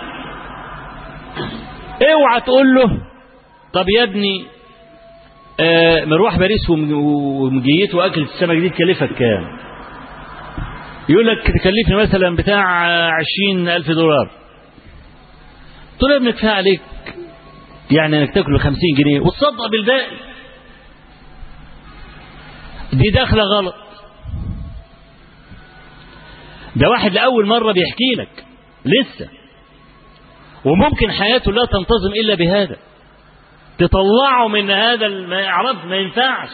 اوعى تقول له طب يا ابني مروح باريس ومجيته وأكلة السمك دي تكلفك كام؟ يقول لك تكلفني مثلا بتاع 20,000 دولار. تقول له يا ابني كفاية عليك يعني انك تاكل 50 جنيه وتصدق بالباقي. دي داخله غلط. ده واحد لأول مرة بيحكي لك لسه، وممكن حياته لا تنتظم إلا بهذا، تطلعه من هذا المعرض ما ينفعش.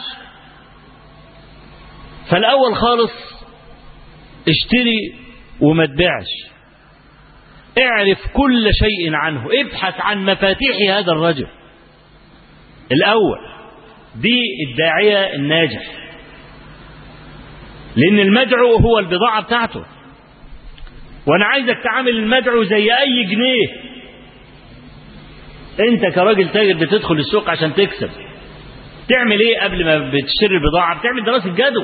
فالأول خالص اشتري وما تبيعش، اعرف كل شيء عنه، ابحث عن مفاتيح هذا الرجل الأول. دي الداعية الناجح، لأن المدعو هو البضاعة بتاعته. وأنا عايزك تعامل المدعو زي أي جنيه. أنت كراجل تاجر بتدخل السوق عشان تكسب، تعمل إيه قبل ما بتشتري البضاعة؟ بتعمل دراسة جدوى.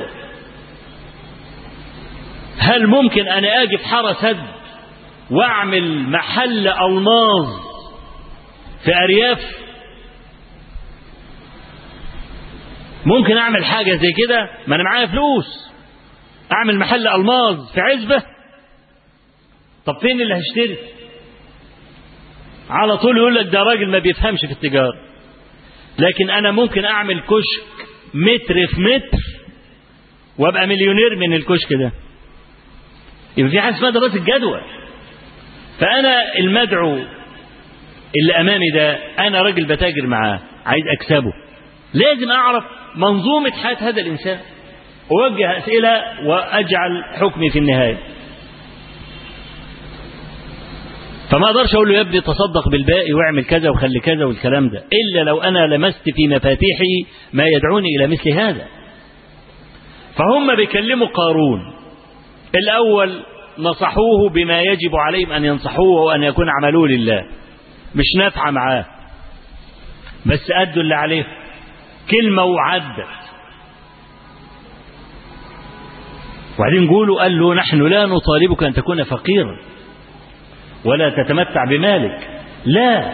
هل ممكن أنا أجي في حارة سد وأعمل محل ألماظ في أرياف؟ ممكن أعمل حاجة زي كده؟ ما أنا معايا فلوس، أعمل محل ألماظ في عزبة؟ طب فين اللي هشتري؟ على طول يقول لك ده راجل ما بيفهمش في التجارة. لكن أنا ممكن أعمل كشك متر في متر وأبقى مليونير من الكشك ده. يبقى في حاجة اسمها دراسة جدوى. فأنا المدعو اللي أمامي ده أنا راجل بتاجر معاه، عايز أكسبه، لازم أعرف منظومة حياة هذا الإنسان، أوجه أسئلة وأجعل حكمي في النهاية. فما أقدرش أقول له يا ابني تصدق بالباقي واعمل كذا وخلي كذا والكلام ده، إلا لو أنا لمست في مفاتيحي ما يدعوني إلى مثل هذا. فهم بيكلموا قارون الأول، نصحوه بما يجب عليهم أن ينصحوه وأن يكون عملوه لله، مش نافعة معاه، بس أدوا اللي عليه كلمة وعدت. وبعدين قال له نحن لا نطالبك أن تكون فقيرا ولا تتمتع بمالك، لا،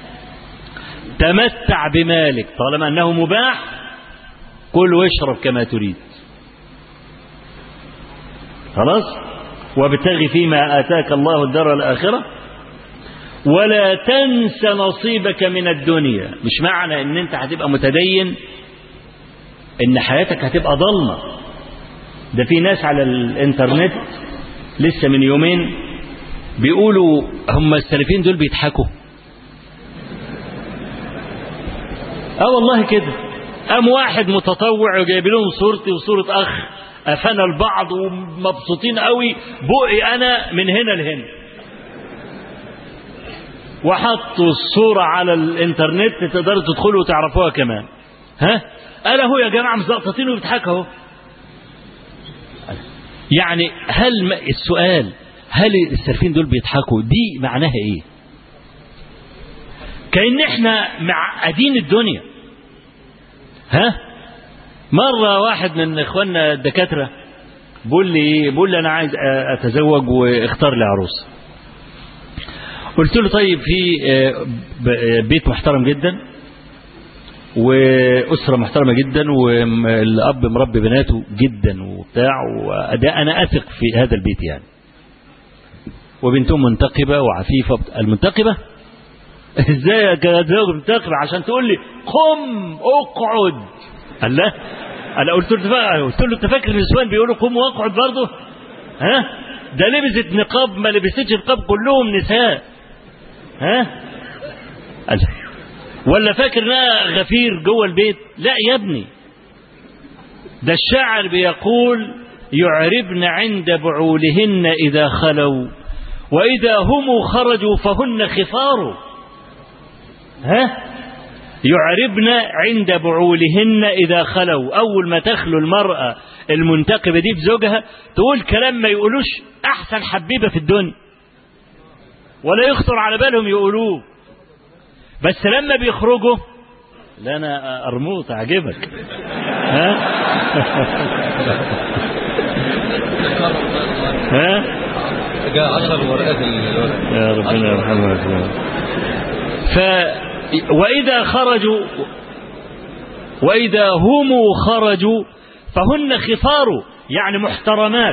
تمتع بمالك طالما أنه مباح، كل واشرب كما تريد، خلاص، وابتغي فيما آتاك الله الدار الآخرة ولا تنس نصيبك من الدنيا. مش معنى ان انت هتبقى متدين ان حياتك هتبقى ضلمة. ده في ناس على الانترنت لسه من يومين بيقولوا هم السلفيين دول بيضحكوا. والله كده. قام واحد متطوع وجايب لهم صورتي وصورة اخ افنى البعض ومبسوطين قوي، بقي انا من هنا لهنا، وحطوا الصورة على الانترنت تقدروا تدخلوا وتعرفوها كمان. قال هو يا جماعة مزقططين وبيضحكوا اهو. يعني السؤال هل السلفيين دول بيضحكوا دي معناها ايه؟ كأن احنا معقدين الدنيا. مرة واحد من اخواننا الدكاترة بقول لي انا عايز اتزوج واختار لي عروسه. قلت له طيب في بيت محترم جدا وأسرة محترمة جدا والأب مربي بناته جدا وبتاع، وده أنا أثق في هذا البيت يعني، وبنتهم منتقبة وعفيفة. المنتقبة ازاي يا زوج منتقبة عشان تقول لي قم اقعد؟ قال لا. انا قلت له انت فاكر النسوان بيقولوا قم واقعد برضه؟ ده لبست نقاب ما لبستش نقاب، كلهم نساء. ولا فاكر انها غفير جوه البيت؟ لا يا ابني، ده الشاعر بيقول يعربن عند بعولهن إذا خلوا وإذا هم خرجوا فهن خفار. يعربن عند بعولهن إذا خلوا، أول ما تخلو المرأة المنتقبة دي بزوجها تقول كلام ما يقولوش أحسن حبيبة في الدنيا ولا يخطر على بالهم يقولوه، بس لما بيخرجوا لا أنا أرموط أعجبك. جاء 10 ورقات يا ربنا يرحمه. وإذا هم خرجوا فهن خفار، يعني محترمات.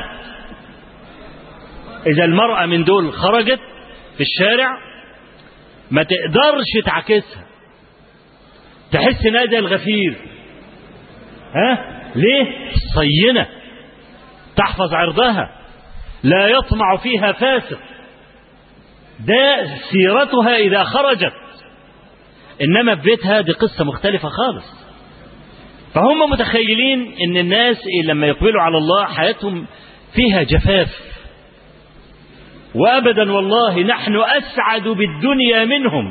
إذا المرأة من دول خرجت في الشارع ما تقدرش تعكسها، تحس ان ده الغفير. ليه؟ صينة، تحفظ عرضها، لا يطمع فيها فاسق، ده سيرتها إذا خرجت. إنما في بيتها دي قصة مختلفة خالص. فهم متخيلين إن الناس لما يقبلوا على الله حياتهم فيها جفاف، وأبدا والله نحن أسعد بالدنيا منهم،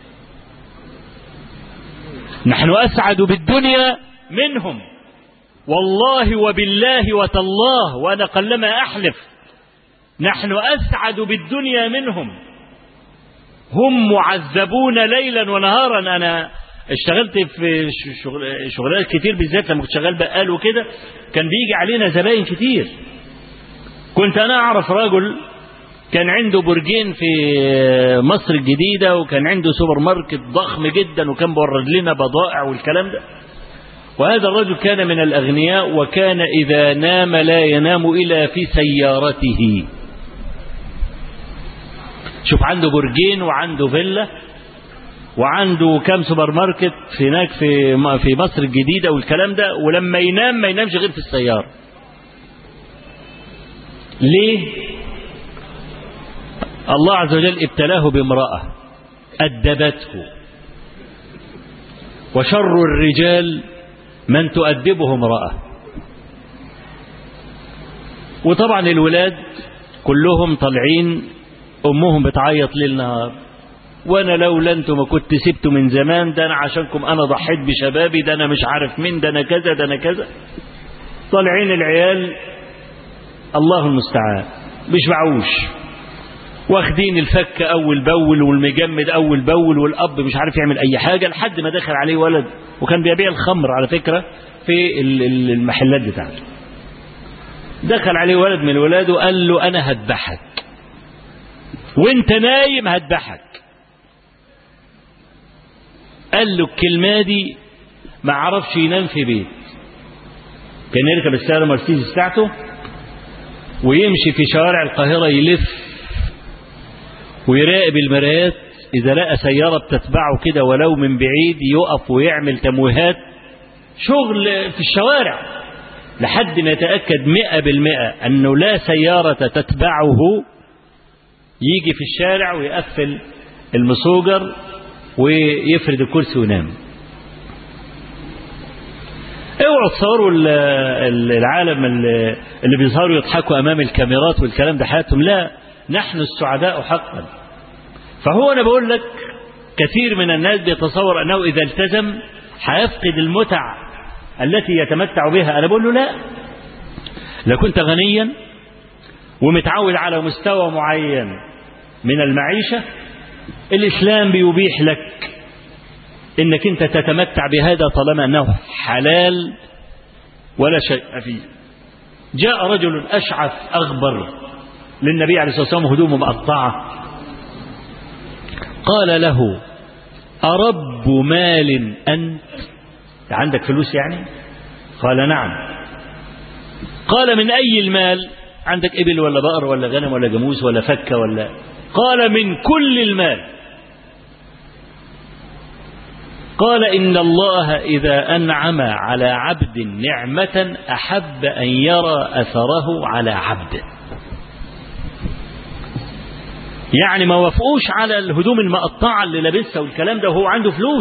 نحن أسعد بالدنيا منهم والله وبالله وتالله، وأنا قلما أحلف نحن أسعد بالدنيا منهم. هم معذبون ليلا ونهارا. أنا اشتغلت في شغلات كتير، بالذات لما كنت شغال بقال وكده كان بيجي علينا زباين كتير. كنت أنا أعرف رجل كان عنده برجين في مصر الجديدة، وكان عنده سوبر ماركت ضخم جدا، وكان بورد لنا بضائع والكلام ده. وهذا الرجل كان من الأغنياء، وكان إذا نام لا ينام إلا في سيارته. شوف، عنده برجين وعنده فيلا وعنده كام سوبر ماركت هناك في مصر الجديدة والكلام ده، ولما ينام ما ينامش غير في السيارة. ليه؟ الله عز وجل ابتلاه بامرأة أدبته، وشر الرجال من تؤدبه امرأة. وطبعا الولاد كلهم طالعين أمهم بتعيط ليل نهار، وأنا لولا أنتم ما كنت سبته من زمان، ده أنا عشانكم أنا ضحيت بشبابي، ده أنا مش عارف مين، ده أنا كذا، ده أنا كذا. طالعين العيال الله المستعان مش بعوش، واخدين الفك أول بول والمجمد أول بول، والأب مش عارف يعمل أي حاجة، لحد ما دخل عليه ولد وكان بيبيع الخمر على فكرة في المحلات بتاعته. دخل عليه ولد من الولاد وقال له أنا هذبحك، وانت نايم هذبحك. قال له الكلمة دي ما عرفش ينام في بيت. كان يركب السيارة مرسيدس بتاعته ويمشي في شوارع القاهرة يلف ويراقب المرايات، إذا لقى سيارة بتتبعه كده ولو من بعيد يقف ويعمل تمويهات شغل في الشوارع لحد ما يتأكد 100% أنه لا سيارة تتبعه. يجي في الشارع ويقفل المسوجر ويفرد الكرسي وينام. اوعوا تصوروا العالم اللي بيظهروا يضحكوا أمام الكاميرات والكلام ده حياتهم. لا، نحن السعداء حقا. فهو أنا بقول لك كثير من الناس بيتصور أنه إذا التزم هيفقد المتع التي يتمتع بها. أنا بقول له لا، لو كنت غنيا ومتعود على مستوى معين من المعيشة، الإسلام بيبيح لك إنك أنت تتمتع بهذا طالما أنه حلال ولا شيء فيه. جاء رجل أشعث أغبر للنبي عليه الصلاة والسلام هدومه مقطعة، قال له أرب مال أنت؟ عندك فلوس يعني؟ قال نعم. قال من أي المال؟ عندك إبل ولا بقر ولا غنم ولا جاموس ولا فكة ولا؟ قال من كل المال. قال إن الله إذا أنعم على عبد نعمة أحب أن يرى أثره على عبده. يعني ما وافقوش على الهدوم المقطعة اللي لابسها والكلام ده وهو عنده فلوس.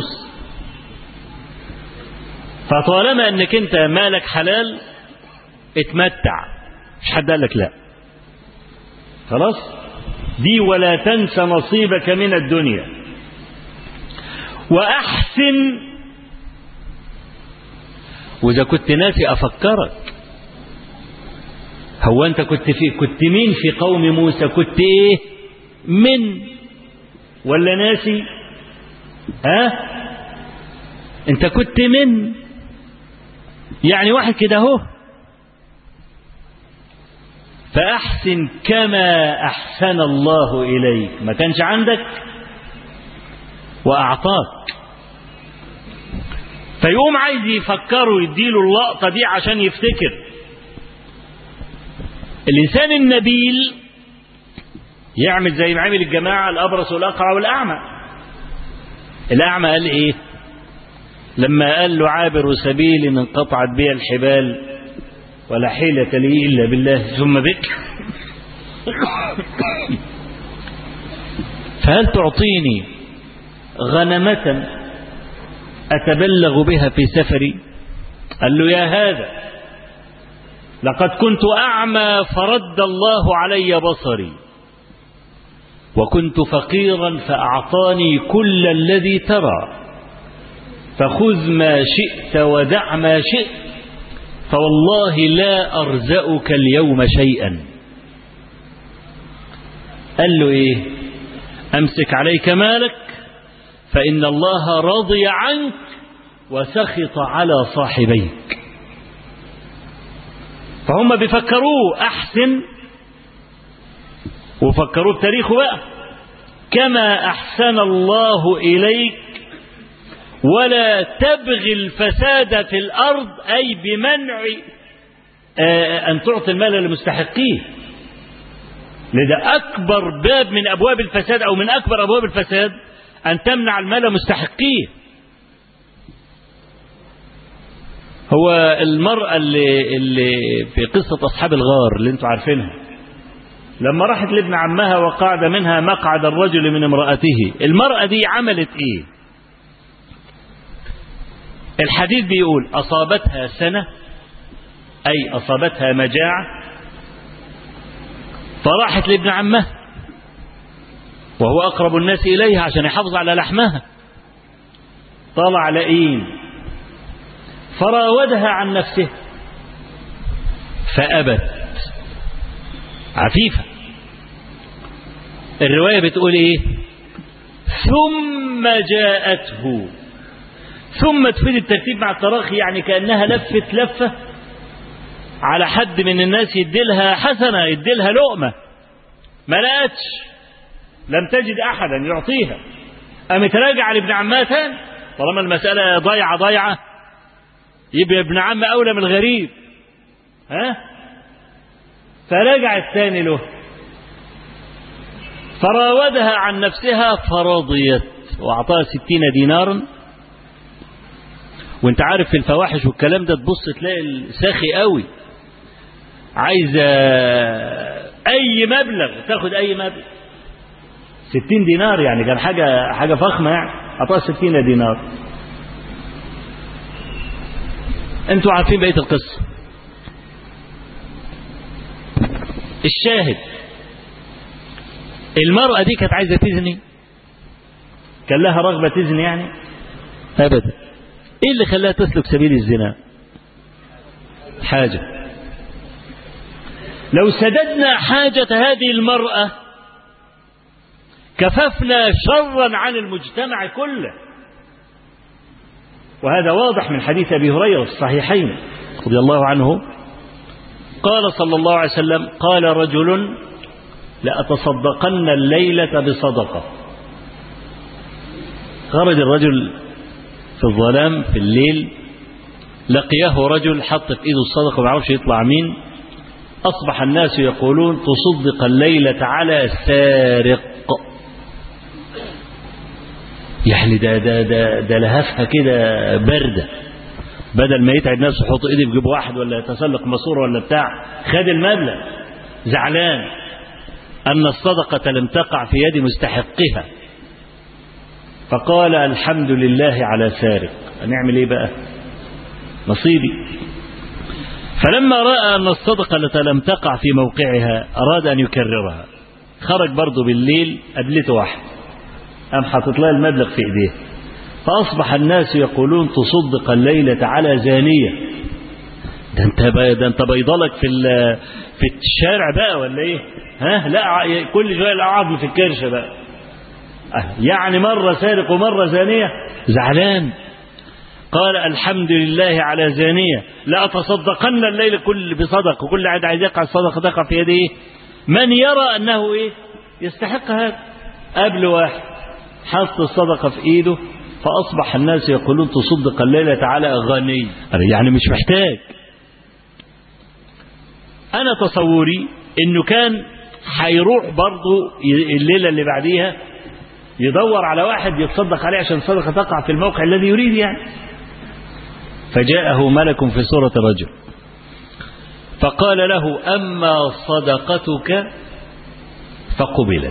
فطالما أنك أنت مالك حلال اتمتع، مش حد قال لك لا. خلاص دي ولا تنس نصيبك من الدنيا. وأحسن، وإذا كنت ناسي أفكرك، هو أنت كنت مين في قوم موسى؟ كنت إيه؟ من ولا ناسي؟ أنت كنت من، يعني واحد كده أهو. فأحسن كما أحسن الله إليك، ما كانش عندك وأعطاك، فيقوم عايز يفكروا يديله اللقطة دي عشان يفتكر. الإنسان النبيل يعمل زي ما عمل الجماعة الأبرص والأقرع والأعمى. الأعمى قال إيه لما قال له عابر سبيل انقطعت بي الحبال ولا حيلة لي إلا بالله ثم بك، فهل تعطيني غنمة أتبلغ بها في سفري؟ قال له يا هذا لقد كنت أعمى فرد الله علي بصري، وكنت فقيرا فأعطاني كل الذي ترى، فخذ ما شئت ودع ما شئت، فوالله لا أرزأك اليوم شيئا. قال له إيه؟ أمسك عليك مالك فإن الله رضي عنك وسخط على صاحبيك. فهم بيفكروه أحسن، وفكروه بتاريخه بقى كما أحسن الله إليك ولا تبغي الفساد في الأرض، أي بمنع أن تعطي المال لمستحقيه. لذا أكبر باب من أبواب الفساد أو من أكبر أبواب الفساد أن تمنع المال مستحقيه. هو المرأة اللي في قصة أصحاب الغار اللي انتوا عارفينها، لما راحت لابن عمها وقعد منها مقعد الرجل من امرأته، المرأة دي عملت ايه؟ الحديث بيقول أصابتها سنة، أي أصابتها مجاعة، فراحت لابن عمها وهو أقرب الناس إليها عشان يحافظ على لحمها، طلع لئيم فراودها عن نفسه فأبت، عفيفة. الرواية بتقول ايه؟ ثم جاءته، ثم تفيد الترتيب مع التراخي، يعني كأنها لفت لفة على حد من الناس يديلها حسنة، يديلها لقمة، ما لقتش، لم تجد أحدا يعطيها، قامت راجعة لابن عمها تاني. طالما المسألة ضيعة يبقى ابن عم أولى من الغريب، فرجع الثاني له فراودها عن نفسها فرضيت وأعطاها 60 دينارا. وانت عارف في الفواحش والكلام ده تبص تلاقي الساخي قوي، عايزة أي مبلغ تاخد أي مبلغ. 60 دينار يعني كان حاجة فخمة، يعني أعطاها 60 دينار. انتوا عارفين بقية القصة. الشاهد المرأة دي كانت عايزة تزني، كان لها رغبة تزني يعني؟ أبدا. ايه اللي خلاها تسلك سبيل الزنا؟ حاجة. لو سددنا حاجة هذه المرأة كففنا شرا عن المجتمع كله. وهذا واضح من حديث أبي هريرة في الصحيحين رضي الله عنه، قال صلى الله عليه وسلم: قال رجل: لأتصدقن الليلة بصدقة. خرج الرجل في الظلام في الليل، لقيه رجل حط في ايده الصدقة وما يعرفش يطلع مين. أصبح الناس يقولون: تصدق الليلة على سارق. يعني ده لهفها كده باردة، بدل ما يتعب نفسه يحط ايده في جيب واحد ولا يتسلق ماسوره ولا بتاع، خد المبلغ زعلان أن الصدقة لم تقع في يد مستحقها، فقال: الحمد لله على سارق. هنعمل ايه بقى؟ نصيبي. فلما رأى أن الصدقة لم تقع في موقعها أراد أن يكررها، خرج برضه بالليل أدلته واحد، قام حاطط لها المبلغ في إيديه، فأصبح الناس يقولون تصدق الليلة على زانية. ده أنت بيضلك في الشارع بقى ولا إيه؟ ها لا كل شوية العظم في الكرشة بقى، يعني مرة سارق ومرة زانية، زعلان. قال الحمد لله على زانية لا أتصدقن الليل كل بصدق، وكل عاد عايز يقع الصدقة تقع في يده من يرى أنه إيه يستحق هذا. قبل واحد حط الصدقة في إيده فأصبح الناس يقولون تصدق الليلة على غني، يعني مش محتاج. أنا تصوري إنه كان هيروح برضه الليلة اللي بعديها يدور على واحد يتصدق عليه عشان الصدقة تقع في الموقع الذي يريد يعني. فجاءه ملك في صورة رجل فقال له أما صدقتك فقبلت،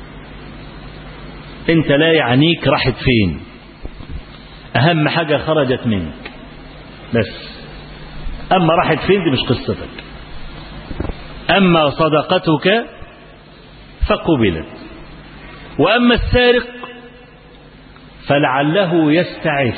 انت لا يعنيك راحت فين، أهم حاجة خرجت منك بس، أما راحت فين دي مش قصتك. أما صدقتك فقبلت، وأما السارق فلعله يستعف،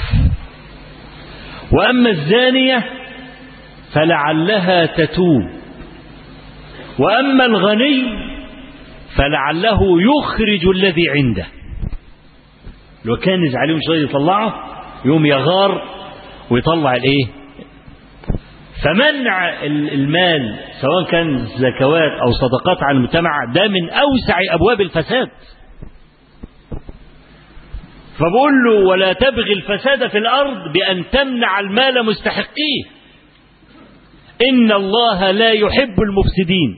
وأما الزانية فلعلها تتوب، وأما الغني فلعله يخرج الذي عنده. لو كان عليهم شوية يطلعه يوم يغار ويطلع الايه. فمنع المال سواء كان زكوات أو صدقات على المجتمع ده من أوسع أبواب الفساد. فبقول له ولا تبغي الفساد في الأرض بأن تمنع المال مستحقيه، إن الله لا يحب المفسدين.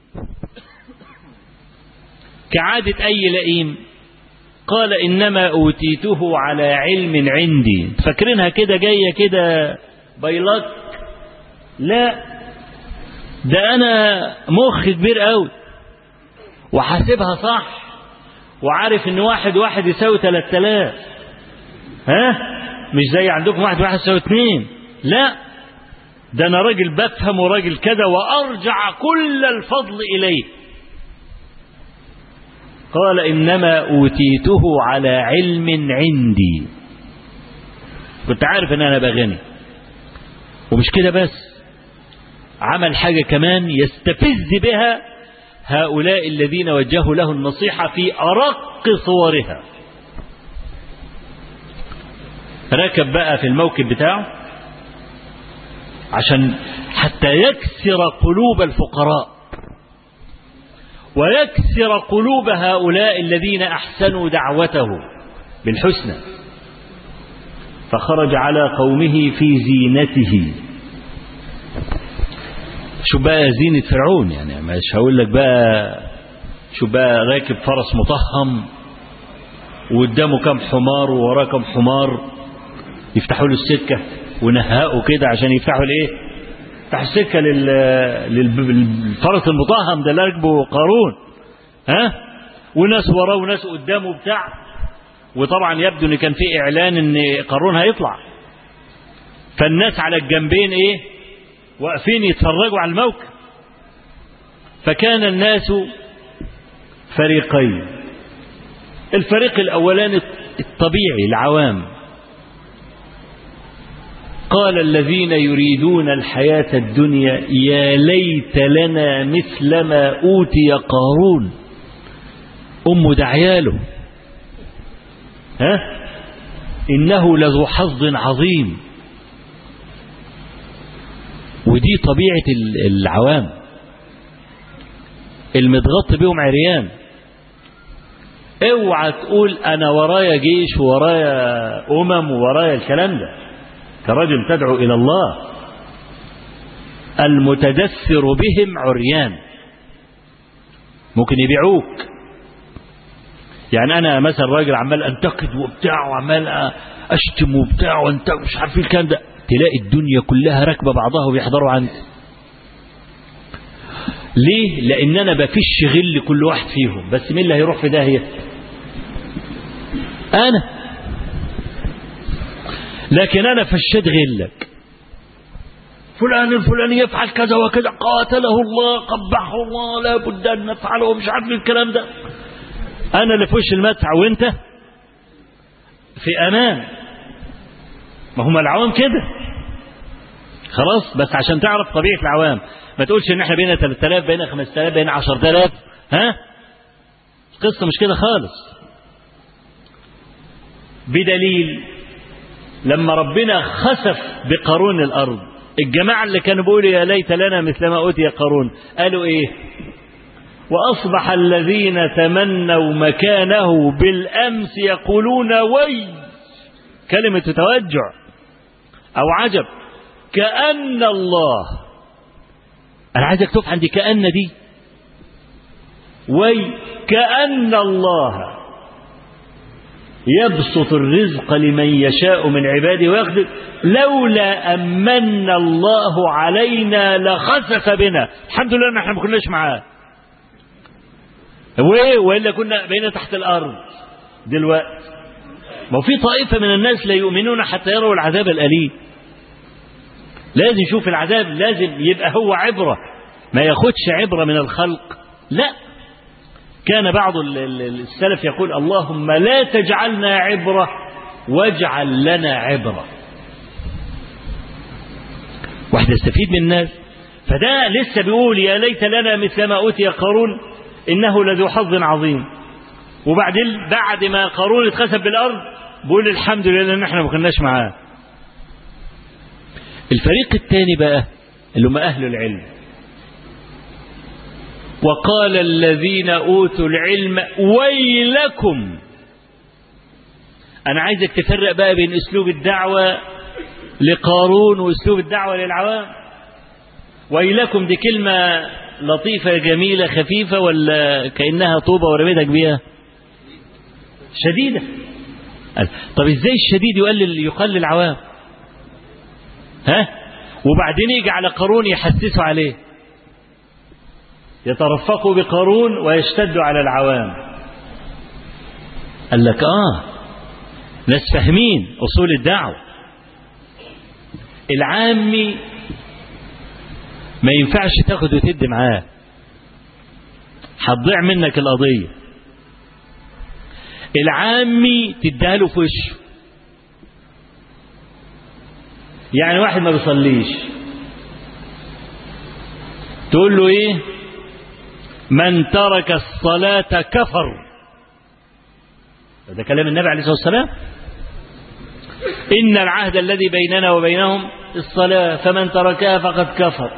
كعادة أي لئيم قال إنما أوتيته على علم عندي، فاكرينها كده جاية كده بيلك، لا ده أنا مخ كبير قوي وحاسبها صح وعارف إن 1 و1 يساوي 3000. ها مش زي عندكم 1 و1 يساوي 2، لا ده أنا راجل بفهم وراجل كذا وأرجع كل الفضل إليه. قال إنما أوتيته على علم عندي، كنت عارف إن أنا بغني. ومش كده بس، عمل حاجة كمان يستفز بها هؤلاء الذين وجهوا له النصيحة في أرق صورها. ركب بقى في الموكب بتاعه عشان حتى يكسر قلوب الفقراء ويكسر قلوب هؤلاء الذين أحسنوا دعوته بالحسنى. فخرج على قومه في زينته. شو بقى زينة فرعون، يعني مش هقول لك بقى شو بقى راكب فرس مطهم وقدامه كم حمار ووراه كم حمار يفتحوا له السكة ونهقوا كده عشان يفتحوا الايه، يفتحوا السكة للفرس المطهم ده اللي ركبه قارون. ها وناس وراه وناس قدامه بتاع، وطبعا يبدو ان كان في اعلان ان قارون هيطلع، فالناس على الجنبين ايه واقفين يتفرجوا على الموكب. فكان الناس فريقين، الفريق الاولاني الطبيعي العوام، قال الذين يريدون الحياة الدنيا يا ليت لنا مثل ما أوتي قارون. أم دعياله ها إنه لذو حظ عظيم. ودي طبيعة العوام المتغطي بهم عريان. اوعى تقول أنا ورايا جيش ورايا ورايا الكلام ده. كرجل تدعو إلى الله المتدثر بهم عريان ممكن يبيعوك. يعني أنا مثلا راجل عمال أنتقد وبتاع وعمال أشتم وبتاع وأنت مش عارف الكلام ده، تلاقي الدنيا كلها راكبة بعضها وبيحضروا عندي. ليه؟ لأن أنا بفش غل كل واحد فيهم، بس مين اللي هيروح في داهية؟ أنا. لكن أنا فشيت غلك فلان الفلاني يفعل كذا وكذا قاتله الله قبحه الله لا بد أن نفعله مش عارف الكلام ده. أنا اللي في وش المدفع وأنت في أمان. ما هم العوام كده خلاص. بس عشان تعرف طبيعة العوام ما تقولش إن احنا بينا 3000 بينا 5000 بينا 10000. القصة مش كده خالص. بدليل لما ربنا خسف بقارون الأرض الجماعة اللي كانوا بيقولوا يا ليت لنا مثل ما أوتي قارون قالوا إيه؟ وأصبح الذين تمنوا مكانه بالأمس يقولون وي، كلمة توجع أو عجب، كأن الله. أنا عايزك تقف عندي كأن دي وي، كأن الله يبسط الرزق لمن يشاء من عباده ويقدر لولا أمن الله علينا لخسف بنا. الحمد لله ان احنا ما كناش معاه وإلا كنا بينا تحت الأرض دلوقتي. ما في طائفة من الناس لا يؤمنون حتى يروا العذاب الأليم. لازم يشوف العذاب، لازم يبقى هو عبرة، ما ياخدش عبرة من الخلق. لا، كان بعض السلف يقول اللهم لا تجعلنا عبرة واجعل لنا عبرة. واحد يستفيد من الناس. فده لسه بيقول يا ليت لنا مثل ما أوتي قارون إنه لذو حظ عظيم. وبعدين بعد ما قارون اتخسف بالأرض بيقول الحمد لله إن احنا ما كناش معاه. الفريق الثاني بقى اللي هم أهل العلم، وقال الذين أوتوا العلم ويلكم. أنا عايزك تفرق بقى بين أسلوب الدعوة لقارون وأسلوب الدعوة للعوام. ويلكم دي كلمة لطيفة جميلة خفيفة ولا كأنها طوبة ورميتك بيها؟ شديدة. طب إزاي الشديد يقلل العوام؟ وبعدين يجي على قارون يحسسوا عليه، يترفقوا بقارون ويشتدوا على العوام. قال لك ناس فاهمين أصول الدعوة. العامي ما ينفعش تاخد وتدي معاه، هتضيع منك القضية. العامي تديها له في وشه. يعني واحد ما بيصليش تقول له ايه؟ من ترك الصلاة كفر. ده كلام النبي عليه الصلاة والسلام. إن العهد الذي بيننا وبينهم الصلاة فمن تركها فقد كفر.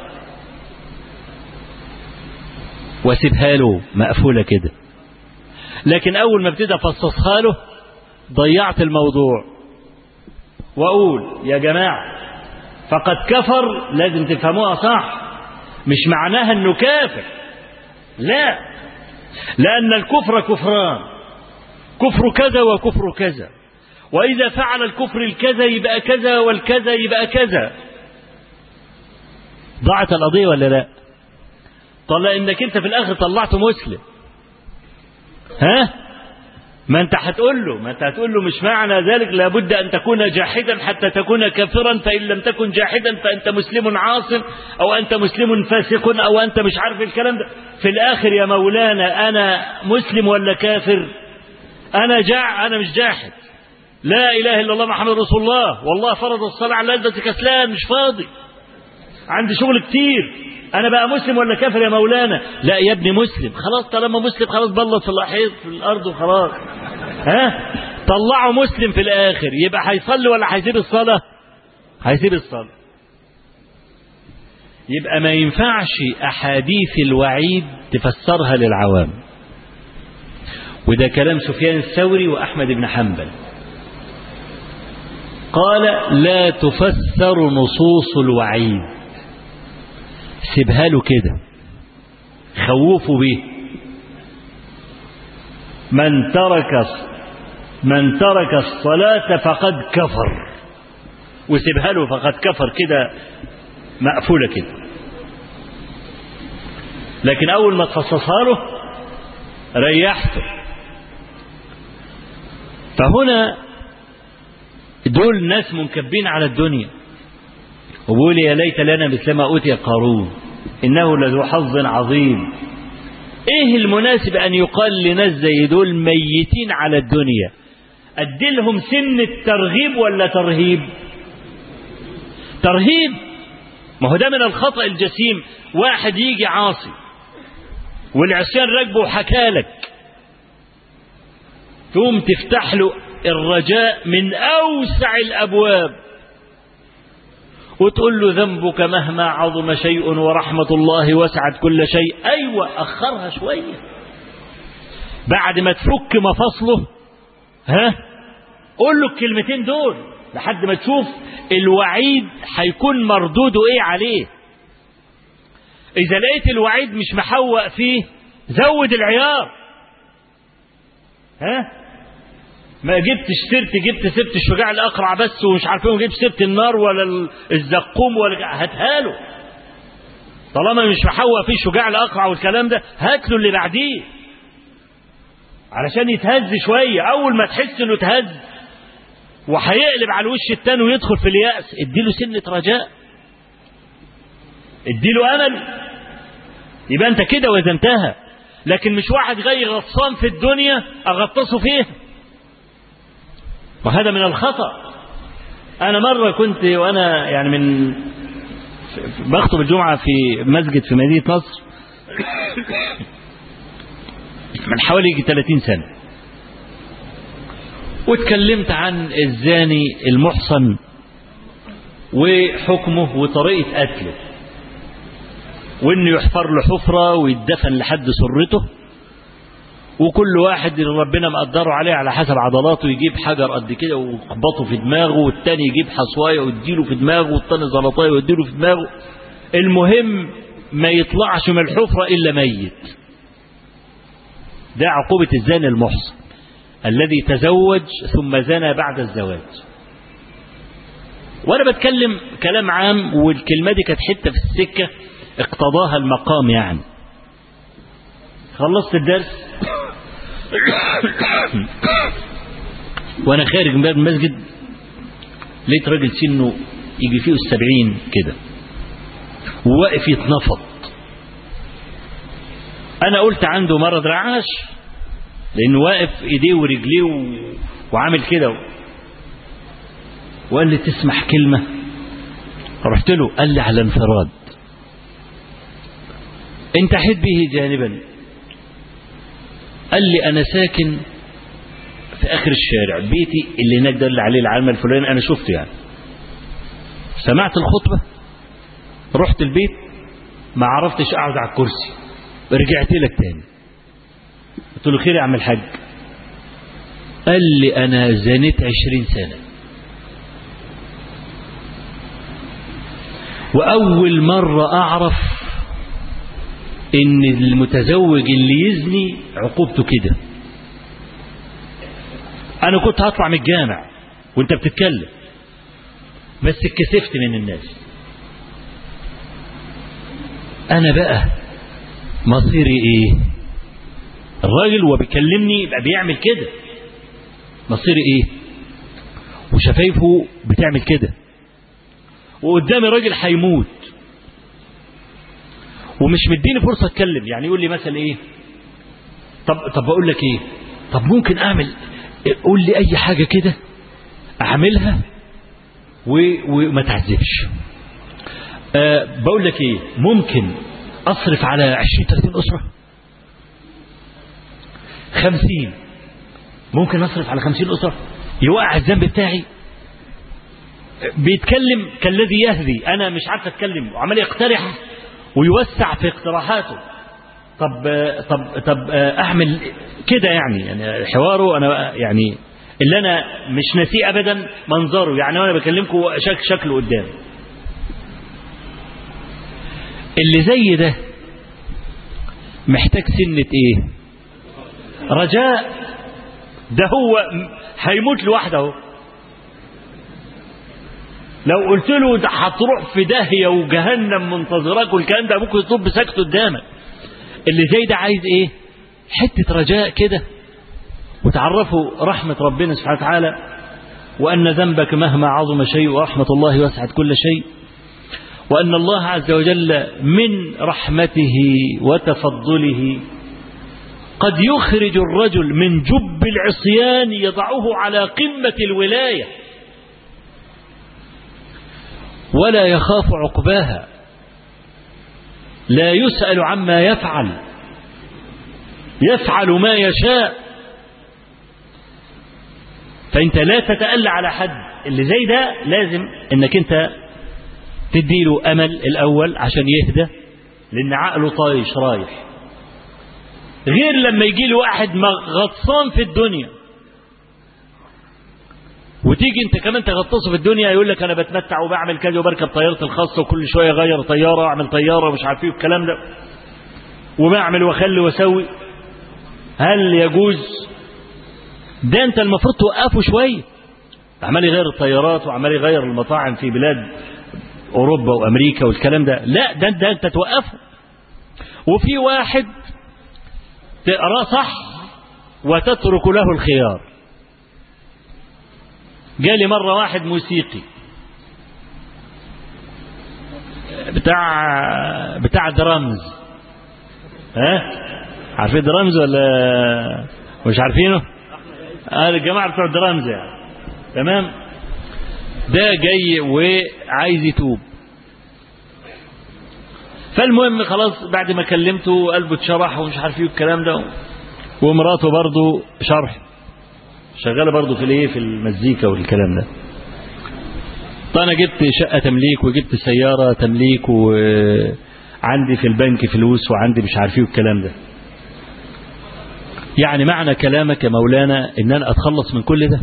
وسيبها له مقفولة كده. لكن أول ما ابتدى فصصها له ضيعت الموضوع. وأقول يا جماعة فقد كفر لازم تفهموها صح، مش معناها أنه كافر، لا، لأن الكفر كفران، كفر كذا وكفر كذا، وإذا فعل الكفر الكذا يبقى كذا والكذا يبقى كذا. ضاعت القضية ولا لا؟ طلع إنك أنت في الآخر طلعته مسلم. ما أنت هتقول له مش معنى ذلك لابد أن تكون جاحدا حتى تكون كافرا، فإن لم تكن جاحدا فأنت مسلم عاصم أو أنت مسلم فاسق أو أنت مش عارف الكلام ده. في الآخر يا مولانا أنا مسلم ولا كافر؟ أنا مش جاحد. لا إله إلا الله محمد رسول الله، والله فرض الصلاة على بس كسلان مش فاضي، عندي شغل كتير. أنا بقى مسلم ولا كافر يا مولانا؟ لا يا ابني مسلم. خلاص طالما مسلم خلاص بلط في الأرض وخلاص. طلعه مسلم في الآخر، يبقى هيصلي ولا هيسيب الصلاة؟ هيسيب الصلاة. يبقى ما ينفعش أحاديث الوعيد تفسرها للعوام. وده كلام سفيان الثوري وأحمد بن حنبل. قال لا تفسر نصوص الوعيد، سيبها له كده، خوفوا به. من ترك الصلاة فقد كفر، وسيبها له فقد كفر كده مقفولة كده. لكن أول ما تفصصها له ريحته. فهنا دول ناس منكبين على الدنيا، وبيقول يا ليت لنا مثل ما أوتي قارون إنه لذو حظ عظيم. إيه المناسب أن يقال لناس زي دول ميتين على الدنيا أديلهم سن الترغيب ولا ترهيب؟ ترهيب. ما هو ده من الخطأ الجسيم. واحد يجي عاصي والعصيان راكبه وحكالك، ثم تفتح له الرجاء من أوسع الأبواب وتقول له ذنبك مهما عظم شيء ورحمة الله وسعت كل شيء. أيوة أخرها شوية بعد ما تفك مفاصله، قول له الكلمتين دول لحد ما تشوف الوعيد هيكون مردوده ايه عليه. إذا لقيت الوعيد مش محوق فيه زود العيار. ما جبت سيرة الشجاع الأقرع بس ومش عارفين، وجبت سيرة النار ولا الزقوم ولا هاتها له. طالما مش محوق فيه الشجاع الأقرع والكلام ده هات له اللي بعديه علشان يتهز شوية. أول ما تحس إنه تهز وهيقلب على الوش التاني ويدخل في اليأس اديله سنة رجاء، اديله أمل، يبقى أنت كده وزنتها. لكن مش واحد جاي غطسان في الدنيا أغطسه فيه، وهذا من الخطأ. أنا مرة كنت وأنا يعني من بخطب الجمعة في مسجد في مدينة نصر من حوالي 30 سنة، واتكلمت عن الزاني المحصن وحكمه وطريقة قتله، وإنه يحفر له حفرة ويدفن لحد سرته، وكل واحد ربنا مقدره عليه على حسب عضلاته يجيب حجر قد كده ويخبطه في دماغه، والتاني يجيب حصوايه ويديله في دماغه، والتاني زلطايه ويديله في دماغه. المهم ما يطلعش من الحفرة إلا ميت. ده عقوبة الزاني المحصن الذي تزوج ثم زنى بعد الزواج. وأنا بتكلم كلام عام، والكلمة دي كانت حتة في السكة اقتضاها المقام يعني. خلصت الدرس وأنا خارج من باب المسجد لقيت راجل سنه يجي فيه 70 كده وواقف يتنفض. أنا قلت عنده مرض رعاش لأنه واقف إيديه ورجليه وعامل كده، وقال لي تسمح كلمة؟ رحت له، قال لي على انفراد. انت حد به جانبا. قال لي أنا ساكن في آخر الشارع، بيتي اللي هناك ده اللي عليه العلامة الفلاني أنا شفته يعني. سمعت الخطبة رحت البيت ما عرفتش أقعد على الكرسي، رجعت لك تاني قلت له خير يا عم الحاج؟ قال لي أنا زنيت 20 سنة، وأول مرة أعرف إن المتزوج اللي يزني عقوبته كده. أنا كنت هطلع من الجامع وأنت بتتكلم بس اتكسفت من الناس. أنا بقى مصيري إيه؟ الراجل وبيكلمني يبقى بيعمل كده، مصيري إيه؟ وشفايفه بتعمل كده، وقدامي راجل هيموت ومش مديني فرصة اتكلم. يعني يقول لي مثلا ايه، طب بقول لك ايه، طب ممكن اعمل، قول لي اي حاجة كده اعملها وما تعذبش. بقول لك ايه، ممكن اصرف على 20-30 اسرة 50، ممكن اصرف على 50 اسرة يوقع الذنب بتاعي. بيتكلم كالذي يهذي، انا مش عارف اتكلم، وعمال يقترح ويوسع في اقتراحاته. طب اعمل كده يعني حواره انا يعني اللي انا مش ناسيه ابدا منظره، يعني وانا بكلمكم شكله قدامي. اللي زي ده محتاج سنة ايه؟ رجاء. ده هو هيموت لوحده اهو. لو قلت له ده هتروح في داهية وجهنم منتظرك والكلام ده ممكن يطب سكت قدامك. اللي زي ده عايز ايه؟ حتة رجاء كده، وتعرفوا رحمة ربنا سبحانه وتعالى، وأن ذنبك مهما عظم شيء ورحمة الله وسعت كل شيء. وأن الله عز وجل من رحمته وتفضله قد يخرج الرجل من جب العصيان يضعه على قمة الولاية ولا يخاف عقباها، لا يسأل عما يفعل، يفعل ما يشاء. فأنت لا تتألى على حد. اللي زي ده لازم انك انت تديله أمل الأول عشان يهدى، لأن عقله طايش رايح. غير لما يجي له واحد غطسان في الدنيا وتيجي انت كمان تغطسه في الدنيا، يقول لك انا بتمتع وبعمل كذا وبركب طيارتي الخاصه وكل شويه اغير طياره واعمل طياره ومش عارف ايه والكلام ده، وبعمل واخلي واسوي. هل يجوز ده؟ انت المفروض توقفه شويه. عمال يغير الطيارات وعمال يغير المطاعم في بلاد اوروبا وامريكا والكلام ده، لا ده انت توقفه. وفي واحد تقراه صح وتترك له الخيار. جالي مرة واحد موسيقي بتاع درامز، عارفين درامز ولا مش عارفينه؟ الجماعة بتوع درامز يعني. تمام. ده جاي وعايز يتوب. فالمهم خلاص بعد ما كلمته قلبه اتشرح ومش عارف ايه الكلام ده، ومراته برضه شرح شغاله برضه في المزيكا والكلام ده. فانا جبت شقه تمليك وجبت سياره تمليك وعندي في البنك فلوس وعندي مش عارف ايه والكلام ده. يعني معنى كلامك يا مولانا ان انا اتخلص من كل ده؟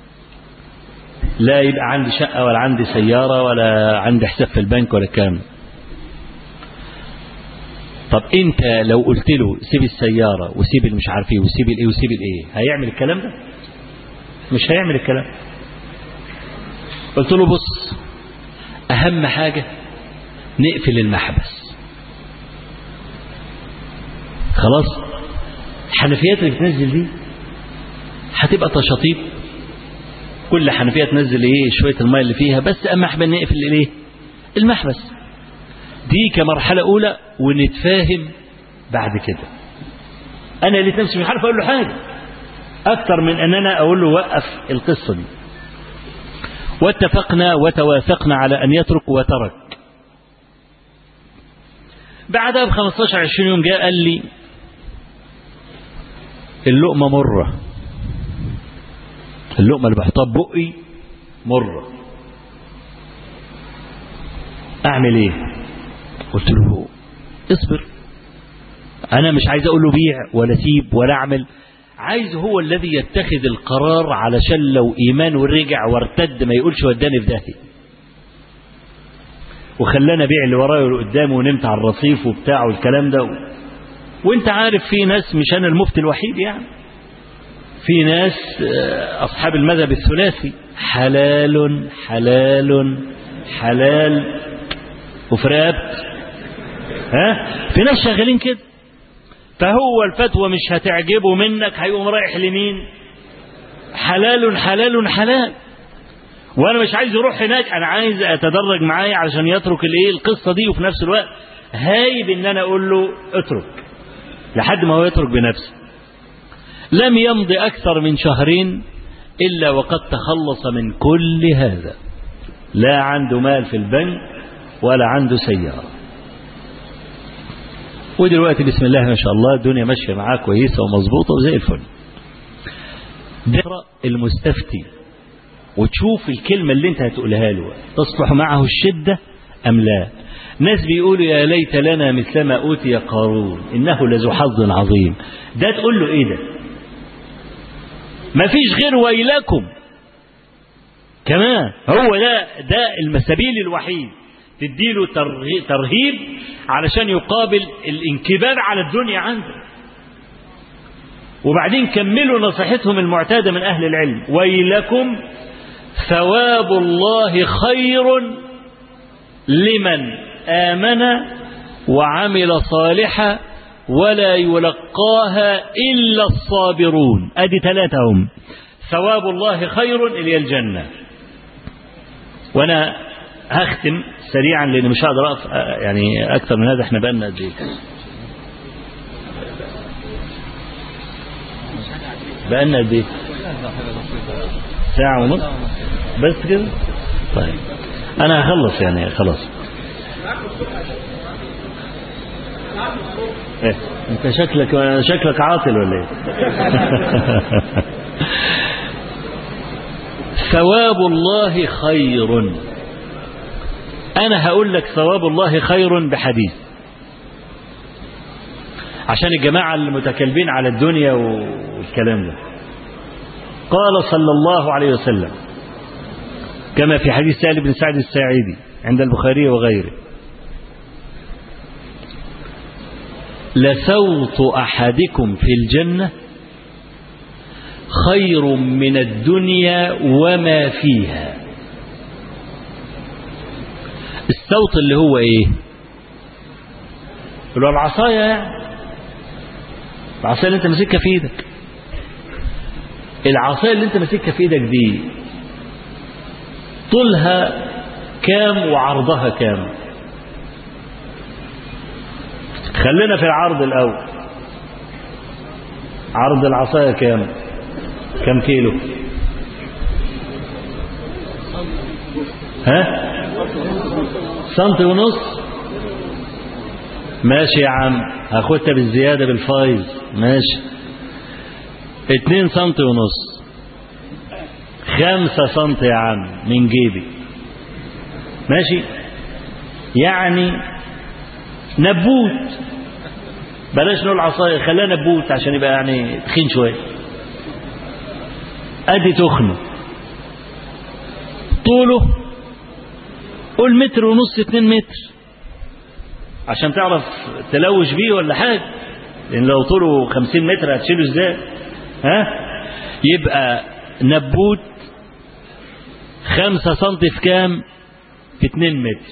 لا يبقى عندي شقه ولا عندي سياره ولا عندي حساب في البنك ولا الكلام ده. طب انت لو قلت له سيب السياره وسيب المش عارف ايه وسيب الايه وسيب الايه، هيعمل الكلام ده؟ مش هيعمل الكلام. قلت له بص، اهم حاجه نقفل المحبس. خلاص الحنفيات اللي بتنزل دي هتبقى تشاطيب، كل حنفيه تنزل ايه شويه الماء اللي فيها، بس اما احنا نقفل الايه المحبس دي كمرحله اولى ونتفاهم بعد كده. انا اللي نفسي مش عارف اقول له حاجه اكتر من ان انا اقول له وقف القصه دي. واتفقنا وتوافقنا على ان يترك وترك. بعدها ب 15 20 يوم جاء قال لي اللقمه مره، اللقمه اللي بحطها ببقي مره، اعمل ايه؟ قلت له اصبر، انا مش عايز اقول له بيع ولا سيب ولا اعمل، عايز هو الذي يتخذ القرار علشان لو ايمانه رجع وارتد ما يقولش وداني في داهيه وخلانا بيع اللي ورايا واللي قدامه ونمت على الرصيف وبتاع والكلام ده. وانت عارف في ناس، مش انا المفتي الوحيد يعني، في ناس اصحاب المذهب الثلاثي حلال حلال حلال وفراب، في ناس شغالين كده. فهو الفتوى مش هتعجبه منك هيقوم رايح لمين؟ حلال حلال حلال. وانا مش عايز يروح هناك، انا عايز اتدرج معايا علشان يترك الايه القصه دي، وفي نفس الوقت هايب ان انا اقول له اترك لحد ما هو يترك بنفسه. لم يمضي اكثر من شهرين الا وقد تخلص من كل هذا، لا عنده مال في البنك ولا عنده سياره. ودلوقتي بسم الله ما شاء الله الدنيا ماشيه معاه كويسه ومظبوطه وزي الفل. تقرا المستفتي وتشوف الكلمه اللي انت هتقولها له تصلح معه الشده ام لا. ناس بيقولوا يا ليت لنا مثل ما اوتي قارون انه لذو حظ عظيم. ده تقول له ايه ده؟ ما فيش غير ويلكم كمان. هو ده السبيل الوحيد تديله ترهيب علشان يقابل الانكباب على الدنيا عنده. وبعدين كملوا نصيحتهم المعتادة من أهل العلم: ويلكم ثواب الله خير لمن آمن وعمل صالحا ولا يلقاها إلا الصابرون. أدي ثلاثة هم: ثواب الله خير إلى الجنة. وأنا هختم سريعا لأن مش هقدر أقف يعني أكثر من هذا. احنا بقالنا قد إيه؟ بقالنا قد إيه؟ ساعة ونص بس كده. طيب أنا هخلص يعني خلاص. إيه؟ أنت شكلك عاطل ولا إيه؟ ثواب الله خير. أنا هقول لك ثواب الله خير بحديث عشان الجماعة المتكلمين على الدنيا والكلام ده. قال صلى الله عليه وسلم كما في حديث سهل بن سعد الساعدي عند البخاري وغيره: لصوت أحدكم في الجنة خير من الدنيا وما فيها. الصوت اللي هو ايه؟ اللي هو العصاية يعني، العصاية اللي انت ماسكها في ايدك. العصاية اللي انت ماسكها في ايدك دي طولها كام وعرضها كام؟ خلينا في العرض الاول. عرض العصاية كام كيلو؟ ها؟ سنتي ونص. ماشي يا عم، هاخدها بالزيادة بالفايز. ماشي 2 سنتي ونص. 5 سنتي يا عم من جيبي. ماشي يعني نبوت، بلاش نقول عصاية، خليها نبوت عشان يبقى يعني تخين شوية. ادي تخنه طوله قول 1.5 متر 2 متر عشان تعرف تلوش بيه ولا حاجة، لان لو طوله 50 متر هتشيله ازاي؟ ها؟ يبقى نبوت 5 سنتي في كام؟ في 2 متر.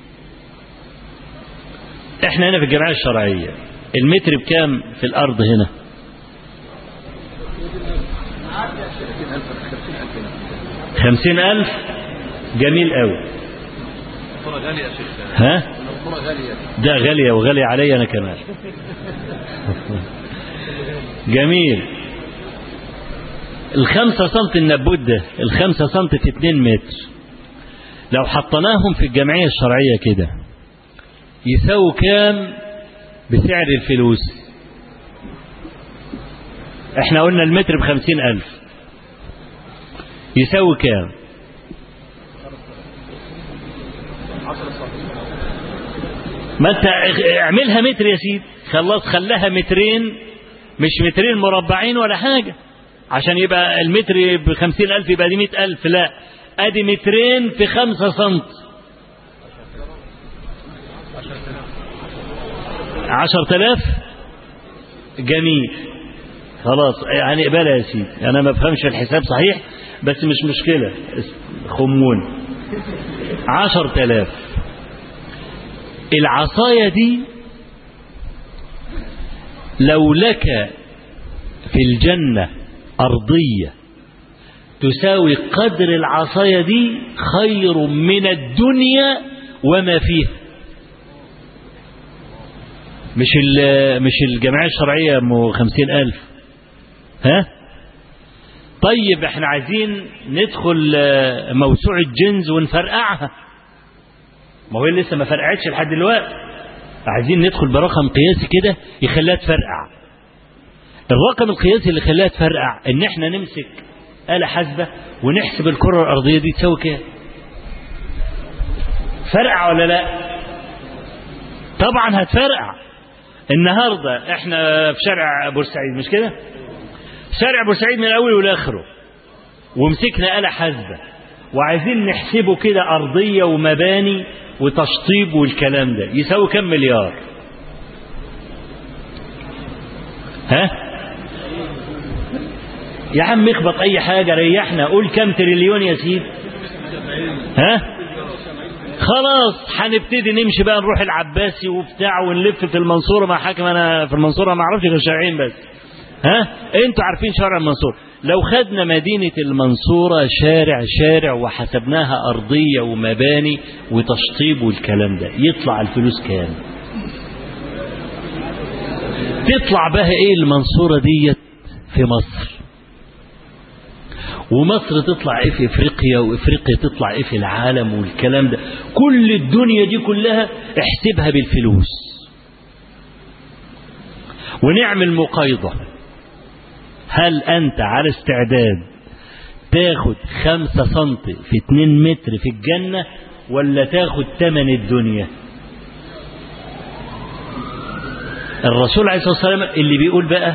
احنا هنا في الجمعية الشرعية المتر بكام في الارض هنا؟ 50,000. جميل قوي. ها؟ ده غالية وغالية علي أنا كمان. جميل. 5 سنتي النبوت ده، 5 سنتي في 2 متر، لو حطناهم في الجمعية الشرعية كده يساووا كام بسعر الفلوس؟ احنا قلنا المتر ب50,000 يساوي كام؟ 10 سم. ما انت اعملها متر يا سيدي، خلاص خلاها 2 متر، مش 2 متر مربعين ولا حاجة عشان يبقى المتر ب50,000 يبقى دي 100,000. لا، ادي 2 متر في 5 سم 10,000. جميل خلاص يعني اقبلها يا سيدي. انا ما بفهمش الحساب صحيح بس مش مشكلة، خمون 10,000. العصاية دي لو لك في الجنة أرضية تساوي قدر العصاية دي خير من الدنيا وما فيها. مش الجمعية الشرعية 50,000. ها؟ طيب احنا عايزين ندخل موسوعة جنز ونفرقعها، ما هو لسه ما فرقعتش لحد دلوقتي. عايزين ندخل برقم قياسي كده يخليها تفرقع. الرقم القياسي اللي خلاها تفرقع ان احنا نمسك آلة حاسبة ونحسب الكرة الأرضية دي تساوي كام. فرقع ولا لا؟ طبعا هتفرقع. النهاردة احنا في شارع بورسعيد مش كده؟ شارع بورسعيد من الأول والآخره، ومسكنا آلة حاسبة وعايزين نحسبه كده أرضية ومباني وتشطيب والكلام ده يساوي كم مليار؟ ها؟ يا عم اخبط أي حاجة ريحنا، قول كم تريليون يا سيدي؟ ها؟ خلاص هنبتدي نمشي بقى نروح العباسي وبتاع ونلف في المنصورة مع حاكم. أنا في المنصورة ما أعرفش غير شارعين بس. ها؟ أنتوا عارفين شارع المنصورة لو خدنا مدينة المنصورة شارع شارع وحسبناها أرضية ومباني وتشطيب والكلام ده، يطلع الفلوس كام؟ تطلع بها ايه المنصورة ديت في مصر، ومصر تطلع ايه في افريقيا، وافريقيا تطلع ايه في العالم والكلام ده، كل الدنيا دي كلها احسبها بالفلوس. ونعمل مقايضة، هل انت على استعداد تاخد 5 سنتي في 2 متر في الجنة، ولا تاخد 8 الدنيا؟ الرسول عليه الصلاة والسلام اللي بيقول بقى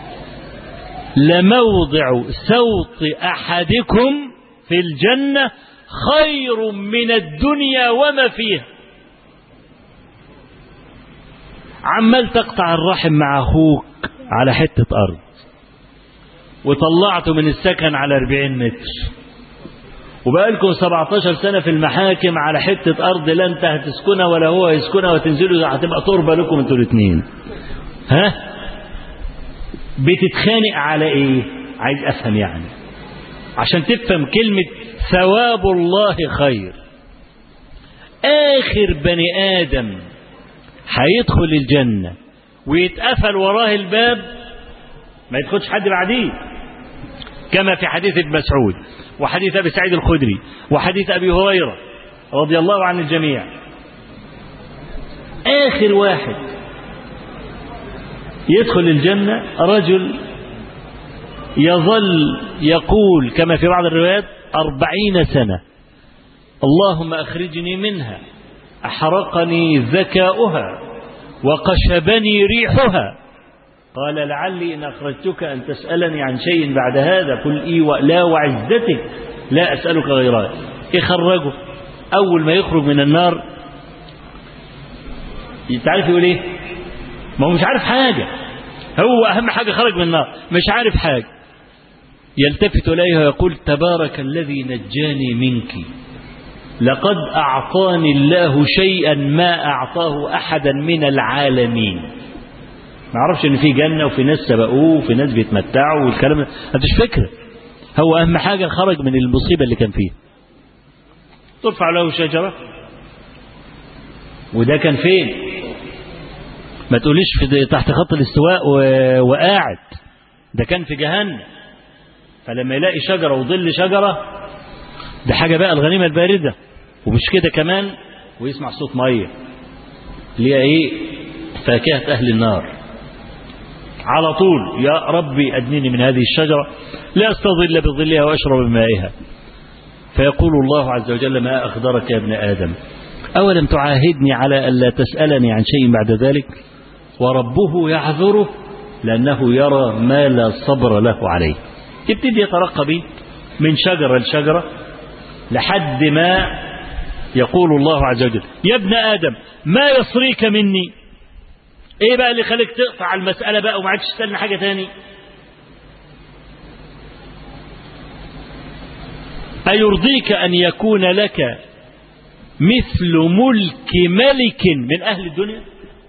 لموضع سوط أحدكم في الجنة خير من الدنيا وما فيها. عمال تقطع الرحم مع أخوك على حتة أرض، وطلعته من السكن على 40 متر، وبقالكم 17 سنة في المحاكم على حتة أرض لا أنت هتسكنها ولا هو يسكنها، وتنزلوا هتبقى تربة لكم انتوا الاثنين. ها؟ بتتخانق على ايه؟ عايز افهم يعني، عشان تفهم كلمة ثواب الله خير. اخر بني ادم هيدخل الجنة ويتقفل وراه الباب، ما يدخلش حد بعديه، كما في حديث ابن مسعود وحديث ابي سعيد الخدري وحديث ابي هريرة رضي الله عن الجميع. اخر واحد يدخل الجنة رجل يظل يقول كما في بعض الروايات 40 سنة اللهم أخرجني منها، أحرقني ذكاؤها وقشبني ريحها. قال لعلي إن أخرجتك أن تسألني عن شيء بعد هذا، قل إي ولا وعزتك لا أسألك غيرها. يخرجه أول ما يخرج من النار تعرف يقول إيه؟ ما هو مش عارف حاجة، هو أهم حاجة خرج من النار مش عارف حاجة. يلتفت إليها ويقول تبارك الذي نجاني منك، لقد أعطاني الله شيئا ما أعطاه أحدا من العالمين. ما عرفش إن في جنة وفي ناس سبقوه وفي ناس بيتمتعوا والكلام ده، مفيش فكرة. هو أهم حاجة خرج من المصيبة اللي كان فيها. ترفع له شجرة، وده كان فين؟ ما تقوليش في تحت خط الاستواء وقاعد، ده كان في جهنم. فلما يلاقي شجرة وظل شجرة، ده حاجة بقى الغنيمة الباردة. ومش كده كمان، ويسمع صوت مية اللي هي ايه؟ فاكهة أهل النار. على طول يا ربي أدنيني من هذه الشجرة لا أستظل بظلها وأشرب بمائها. فيقول الله عز وجل ما أخضرك يا ابن آدم، أولم تعاهدني على ألا تسألني عن شيء بعد ذلك؟ وربه يعذره لأنه يرى ما لا صبر له عليه. يبتدي يترقى به من شجرة لشجرة لحد ما يقول الله عز وجل يا ابن آدم ما يصريك مني؟ ايه بقى اللي خليك تقطع المسألة بقى وما عادش تسألني حاجة تاني؟ أيرضيك أن يكون لك مثل ملك ملك من أهل الدنيا؟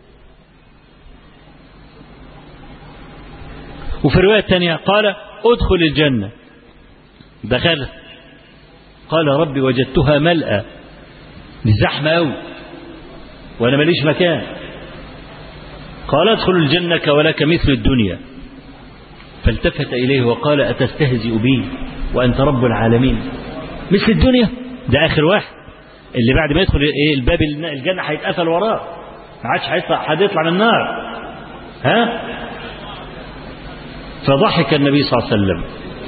وفي الرواية الثانية قال ادخل الجنة، دخل قال ربي وجدتها ملأى، زحمة أوي وأنا ماليش مكان. قال ادخل الجنة ولك مثل الدنيا. فالتفت إليه وقال أتستهزئ بي وأنت رب العالمين؟ مثل الدنيا؟ ده آخر واحد اللي بعد ما يدخل إيه الباب الجنة هيتقفل وراه، ما عادش هيطلع من النار. ها؟ فضحك النبي صلى الله عليه وسلم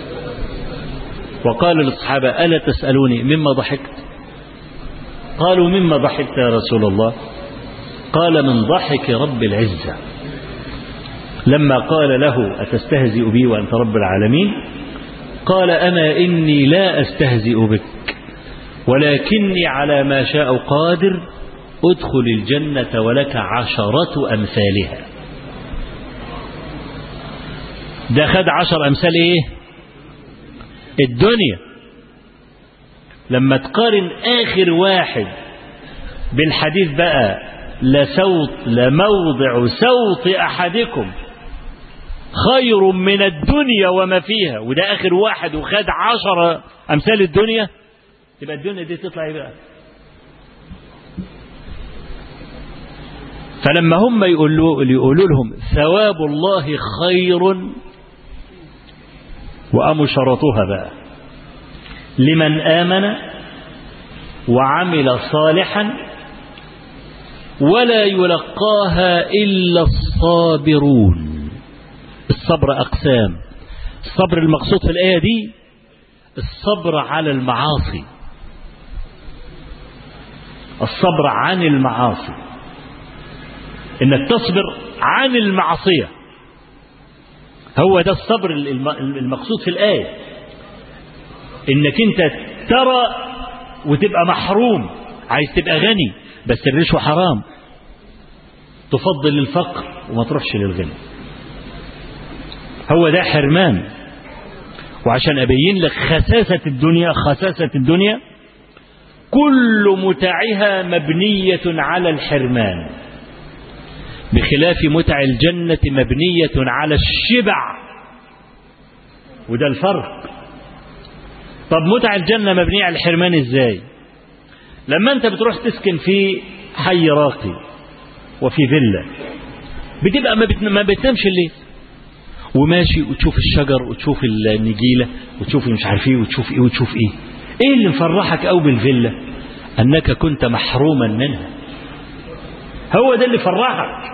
وقال للصحابة ألا تسألوني مما ضحكت؟ قالوا مما ضحكت يا رسول الله؟ قال من ضحك رب العزة لما قال له أتستهزئ بي وأنت رب العالمين؟ قال أما إني لا أستهزئ بك ولكني على ما شاء قادر، ادخل الجنة ولك 10 أمثالها. ده خد 10 أمثال إيه؟ الدنيا. لما تقارن آخر واحد بالحديث بقى لموضع سوط أحدكم خير من الدنيا وما فيها، وده آخر واحد وخد 10 أمثال الدنيا، تبقى الدنيا دي تطلع ايه بقى؟ فلما هم يقولوا لهم ثواب الله خير، وقاموا شرطوها بقى لمن آمن وعمل صالحا ولا يلقاها إلا الصابرون. الصبر أقسام. الصبر المقصود في الآية دي الصبر على المعاصي، الصبر عن المعاصي، إنك تصبر عن المعصية، هو ده الصبر المقصود في الآية. إنك أنت ترى وتبقى محروم، عايز تبقى غني بس الرشوة حرام، تفضل الفقر وما تروحش للغنى، هو ده حرمان. وعشان أبين لك خساسة الدنيا كل متعها مبنية على الحرمان، بخلاف متع الجنة مبنية على الشبع، وده الفرق. طب متع الجنة مبنية على الحرمان ازاي؟ لما انت بتروح تسكن في حي راقي وفي فيلا، بتبقى ما بتنامش الليل وماشي وتشوف الشجر وتشوف النجيلة وتشوف مش عارف ايه وتشوف ايه وتشوف ايه. ايه اللي مفرحك قوي بالفيلا؟ انك كنت محروما منها، هو ده اللي فرحك.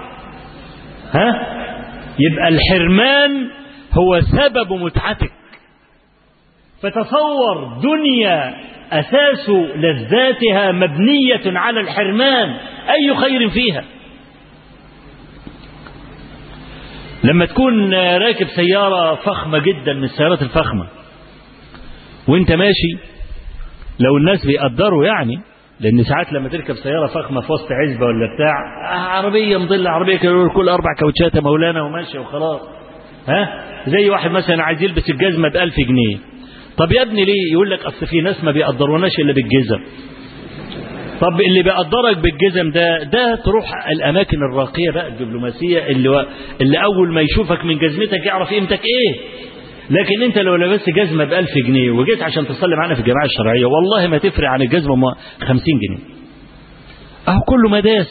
يبقى الحرمان هو سبب متعتك. فتصور دنيا أساس لذاتها مبنية على الحرمان، أي خير فيها؟ لما تكون راكب سيارة فخمة جدا من السيارات الفخمة وانت ماشي، لو الناس بيقدروا يعني، لأن ساعات لما تركب سيارة فخمة في وسط عزبة ولا بتاع، عربية مضلة، عربية كل 4 كاوتشات يا مولانا وماشية وخلاص. زي واحد مثلا عايز يلبس الجزمة ب1000 جنيه. طب يا ابني ليه؟ يقول لك أصل في ناس ما بيقدروناش إلا بالجزم. طب اللي بيقدرك بالجزم ده تروح الأماكن الراقية بقى الدبلوماسية، اللي أول ما يشوفك من جزمتك يعرف قيمتك إيه. لكن انت لو لبست جزمة ب1000 جنيه وجيت عشان تصلي معنا في الجماعة الشرعية، والله ما تفرق عن الجزمة 50 جنيه. اهو كله مداس.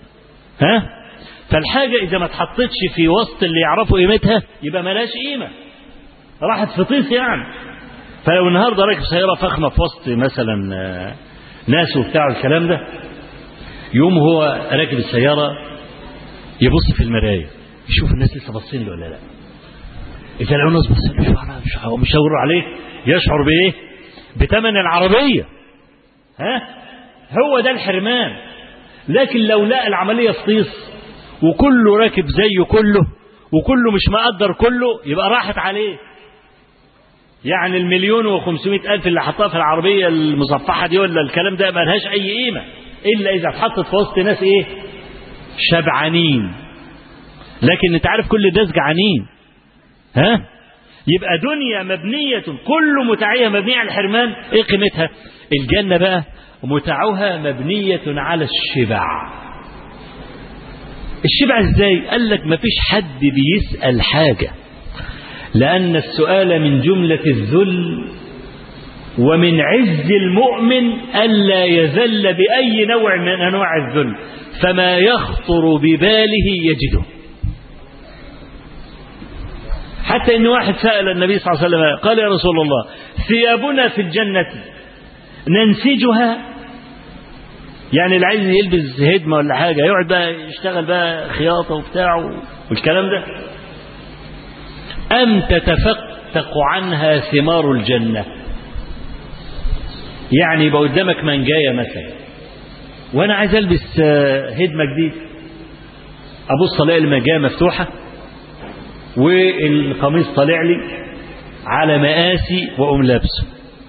فالحاجة اذا ما اتحطتش في وسط اللي يعرفوا قيمتها يبقى ملاش قيمة، راحت في طيس يعني. فلو النهاردة راكب سيارة فخمة في وسط مثلا ناس وبتاع الكلام ده، يوم هو راكب السيارة يبص في المراية يشوف الناس لسه باصين له ولا لا. إذا لو الناس بص مش هيقولوا عليه، يشعر بإيه؟ بثمن العربية. هو ده الحرمان. لكن لو لقى العملية في طيس وكله راكب زيه كله وكله مش مقدر كله، يبقى راحت عليه. يعني 1,500,000 اللي حطها في العربية المصفحة دي ولا الكلام ده ما لهاش أي قيمة إلا إذا اتحطت في وسط ناس إيه؟ شبعانين. لكن أنت عارف كل الناس جعانين. يبقى دنيا مبنية كل متعها مبنية على الحرمان. ايه قيمتها؟ الجنة بقى متعها مبنية على الشبع. الشبع ازاي؟ قال لك ما فيش حد بيسأل حاجة، لأن السؤال من جملة الذل، ومن عز المؤمن ألا يذل بأي نوع من أنواع الذل، فما يخطر بباله يجده. حتى إن واحد سأل النبي صلى الله عليه وسلم قال يا رسول الله ثيابنا في الجنة ننسجها، يعني اللي عايز يلبس هدمة ولا حاجة يقعد بقى يشتغل بقى خياطة وبتاع والكلام ده، أم تتفتق عنها ثمار الجنة؟ يعني يبقى قدامك منجاية مثلا وأنا عايز ألبس هدمة جديد، أبص ألاقي المنجاية مفتوحة والقميص طالع لي على مقاسي وأقوم لابسه.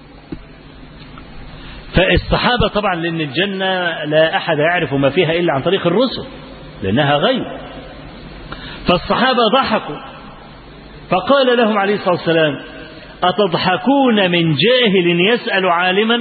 فالصحابة طبعا لأن الجنة لا أحد يعرف ما فيها إلا عن طريق الرسل لأنها غيب، فالصحابة ضحكوا فقال لهم عليه الصلاة والسلام أتضحكون من جاهل يسأل عالما؟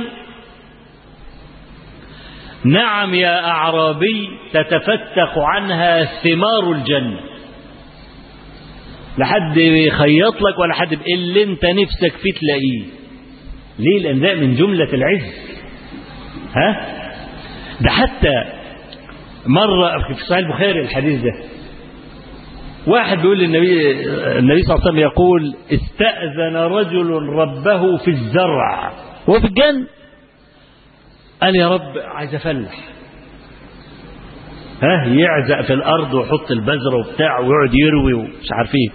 نعم يا أعرابي تتفتق عنها ثمار الجنة. لا حد يخيط لك ولا حد اللي انت نفسك فيه تلاقيه. ليه؟ لأن ده من جملة العز. ها؟ ده حتى مرة في صحيح البخاري الحديث ده، واحد بيقول للنبي صلى الله عليه وسلم يقول استأذن رجل ربه في الزرع وهو في الجنة، قال يا رب عايز أفلح. ها؟ يعزق في الأرض ويحط البذرة وبتاع ويقعد يروي ومش عارفين.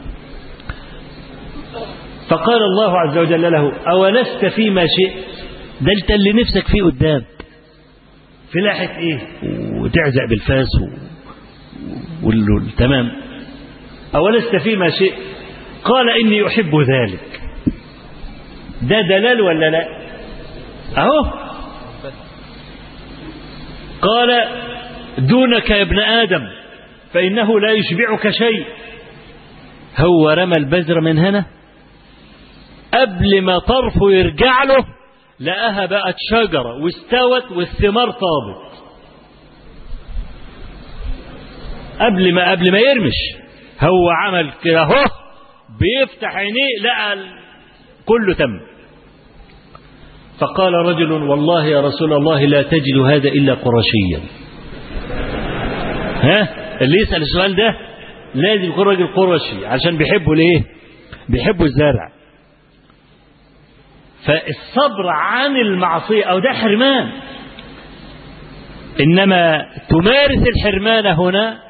فقال الله عز وجل له أولست فيما شئت؟ ده انت اللي نفسك فيه قدام، فلاحة ايه وتعزق بالفاس تمام. أولست فيما شئت؟ قال إني أحب ذلك. ده دلال ولا لا؟ أهو. قال دونك يا ابن آدم فإنه لا يشبعك شيء. هو رمى البذرة من هنا، قبل ما طرفه يرجع له لقاها بقت شجرة واستوت والثمار طابت. قبل ما يرمش هو عمل كده اهو، بيفتح عينيه لقى كله تم. فقال رجل والله يا رسول الله لا تجد هذا إلا قرشيا. ها؟ اللي يسأل السؤال ده لازم يكون راجل قرشي عشان بيحبوا الايه؟ بيحبوا الزرع. فالصبر عن المعصية أو ده حرمان، إنما تمارس الحرمان هنا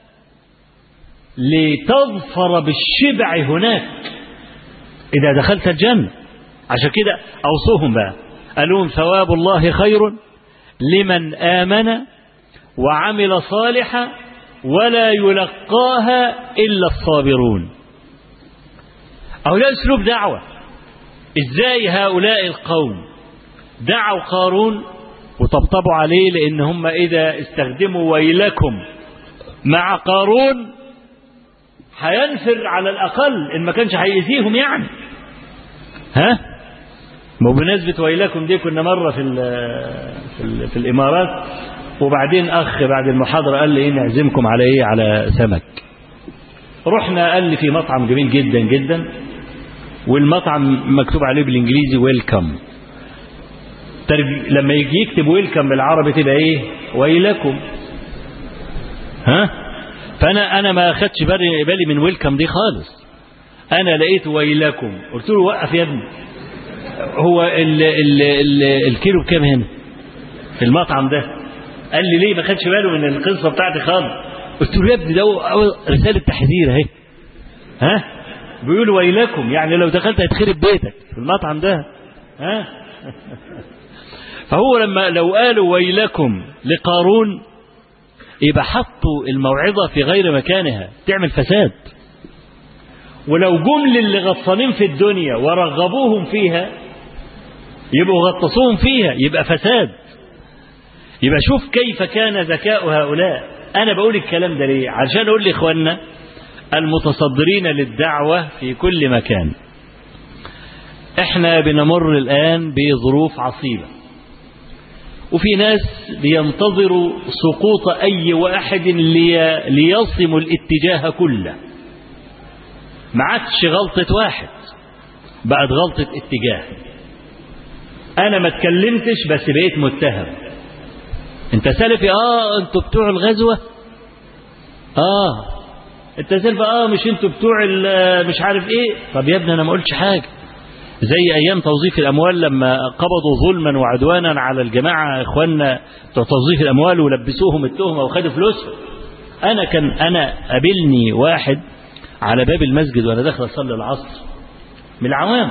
لتظفر بالشبع هناك إذا دخلت الجنة. عشان كده أوصوهم بقى، قالوا ثواب الله خير لمن آمن وعمل صالحا ولا يلقاها إلا الصابرون. أو لا أسلوب دعوة. إزاي هؤلاء القوم دعوا قارون وطبطبوا عليه، لأن هم إذا استخدموا ويلكم مع قارون هينفر على الأقل إن ما كانش هيأذيهم يعني. ها؟ بمناسبة ويلكم دي كنا مرة في الإمارات، وبعدين أخ بعد المحاضرة قال لي نعزمكم على إيه؟ على سمك. رحنا، قال لي في مطعم جميل جدا جدا، والمطعم مكتوب عليه بالإنجليزي ويلكم. لما يجي يكتب ويلكم بالعربي تبقى إيه؟ ويلكم. ها؟ فأنا ما أخدش بالي من ويلكم دي خالص. أنا لقيت ويلكم، قلت له وقف يا ابني، هو الكيلو بكام هنا في المطعم ده؟ قال لي ليه ما خدش باله من القصة بتاعتي خالص. قلت له يا ابني ده رسالة تحذير اهي. ها؟ بيقول ويلكم، يعني لو دخلت هتخرب بيتك في المطعم ده. ها؟ فهو لو قالوا ويلكم لقارون يبقى حطوا الموعظة في غير مكانها تعمل فساد. ولو جم اللي غطسانين في الدنيا ورغبوهم فيها يبقوا غطسوهم فيها، يبقى فساد. يبقى شوف كيف كان ذكاء هؤلاء. أنا بقول الكلام ده ليه؟ عشان أقول لإخواننا المتصدرين للدعوة في كل مكان، احنا بنمر الآن بظروف عصيبة، وفي ناس بينتظروا سقوط أي واحد ليصم الاتجاه كله. ما عادش غلطة واحد، بقت غلطة اتجاه. أنا ما اتكلمتش بس بقيت متهم. أنت سلفي؟ أنتوا بتوع الغزوة؟ أنت سلفي؟ مش أنتوا بتوع مش عارف إيه؟ طب يا ابني أنا ما قلتش حاجة. زي أيام توظيف الأموال لما قبضوا ظلما وعدوانا على الجماعة إخواننا بتوع توظيف الأموال ولبسوهم التهمة وخدوا فلوسهم. أنا قابلني واحد على باب المسجد وأنا داخل أصلي العصر من العوام،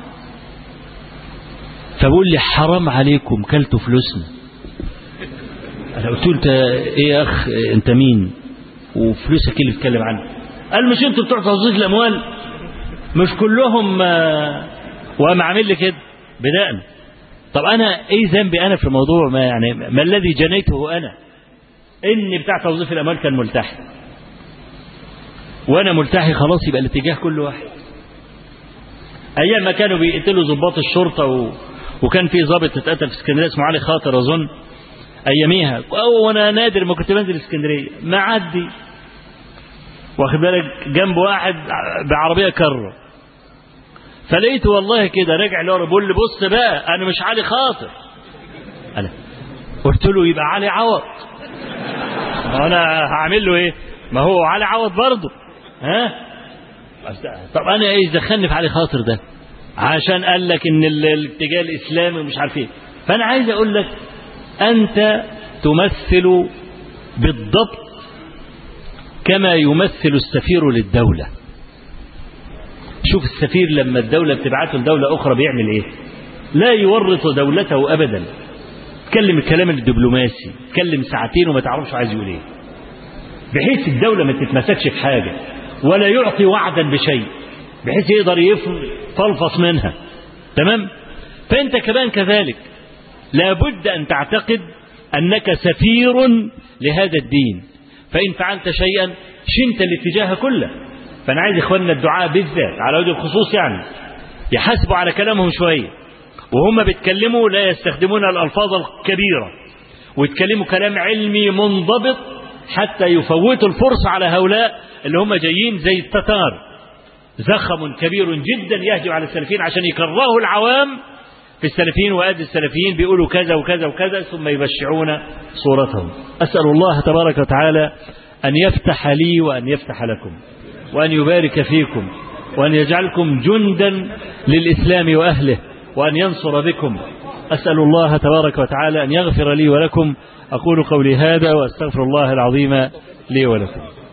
فبقول لي حرام عليكم كلتوا فلوسنا. أنا قلت له أنت إيه يا أخ؟ أنت مين؟ وفلوسك اللي بتتكلم عنها؟ قال مش أنتوا بتوع توظيف الأموال؟ مش كلهم؟ وقام عامل لي كده بدقن. طب أنا إيه ذنبي أنا في الموضوع؟ ما الذي جنيته أنا؟ إني بتاع توظيف الأموال كان ملتحي وأنا ملتحي، خلاص يبقى الاتجاه كل واحد. أيام ما كانوا بيقتلوا ضباط الشرطة وكان في ضابط اتقتل في اسكندرية اسمه علي خاطر أظن أياميها، وأنا نادر ما كنت بنزل اسكندرية معدي واخد بالك، جنب واحد بعربية كرة، فلقيته والله كده راجع لورا بيقول لي بص بقى أنا مش علي خاطر. أنا قلت له يبقى علي عوض، أنا هعمل له إيه؟ ما هو علي عوض برضه. ها؟ طب أنا إيه دخلني في علي خاطر ده؟ عشان قال لك إن الاتجاه الإسلامي ومش عارف إيه. فأنا عايز أقول لك أنت تمثل بالضبط كما يمثل السفير للدولة. شوف السفير لما الدولة بتبعته لدولة أخرى بيعمل إيه؟ لا يورط دولته أبدا، تكلم الكلام الدبلوماسي، تكلم ساعتين وما تعرفش عايز يقول إيه، بحيث الدولة ما تتمسكش في حاجة ولا يعطي وعدا بشيء، بحيث يقدر يفلفص منها. تمام؟ فأنت كمان كذلك لابد أن تعتقد أنك سفير لهذا الدين، فإن فعلت شيئا شنت الاتجاه كله. فأنا عايز إخواننا الدعاء بالذات على وجه الخصوص يعني يحاسبوا على كلامهم شوية، وهم بيتكلموا لا يستخدمون الألفاظ الكبيرة، ويتكلموا كلام علمي منضبط حتى يفوتوا الفرصة على هؤلاء اللي هم جايين زي التتار، زخم كبير جدا يهجم على السلفيين عشان يكرهوا العوام في السلفيين، وآد السلفيين بيقولوا كذا وكذا وكذا ثم يبشعون صورتهم. أسأل الله تبارك وتعالى أن يفتح لي وأن يفتح لكم، وأن يبارك فيكم، وأن يجعلكم جندا للإسلام وأهله، وأن ينصر بكم. أسأل الله تبارك وتعالى أن يغفر لي ولكم. أقول قولي هذا وأستغفر الله العظيم لي ولكم.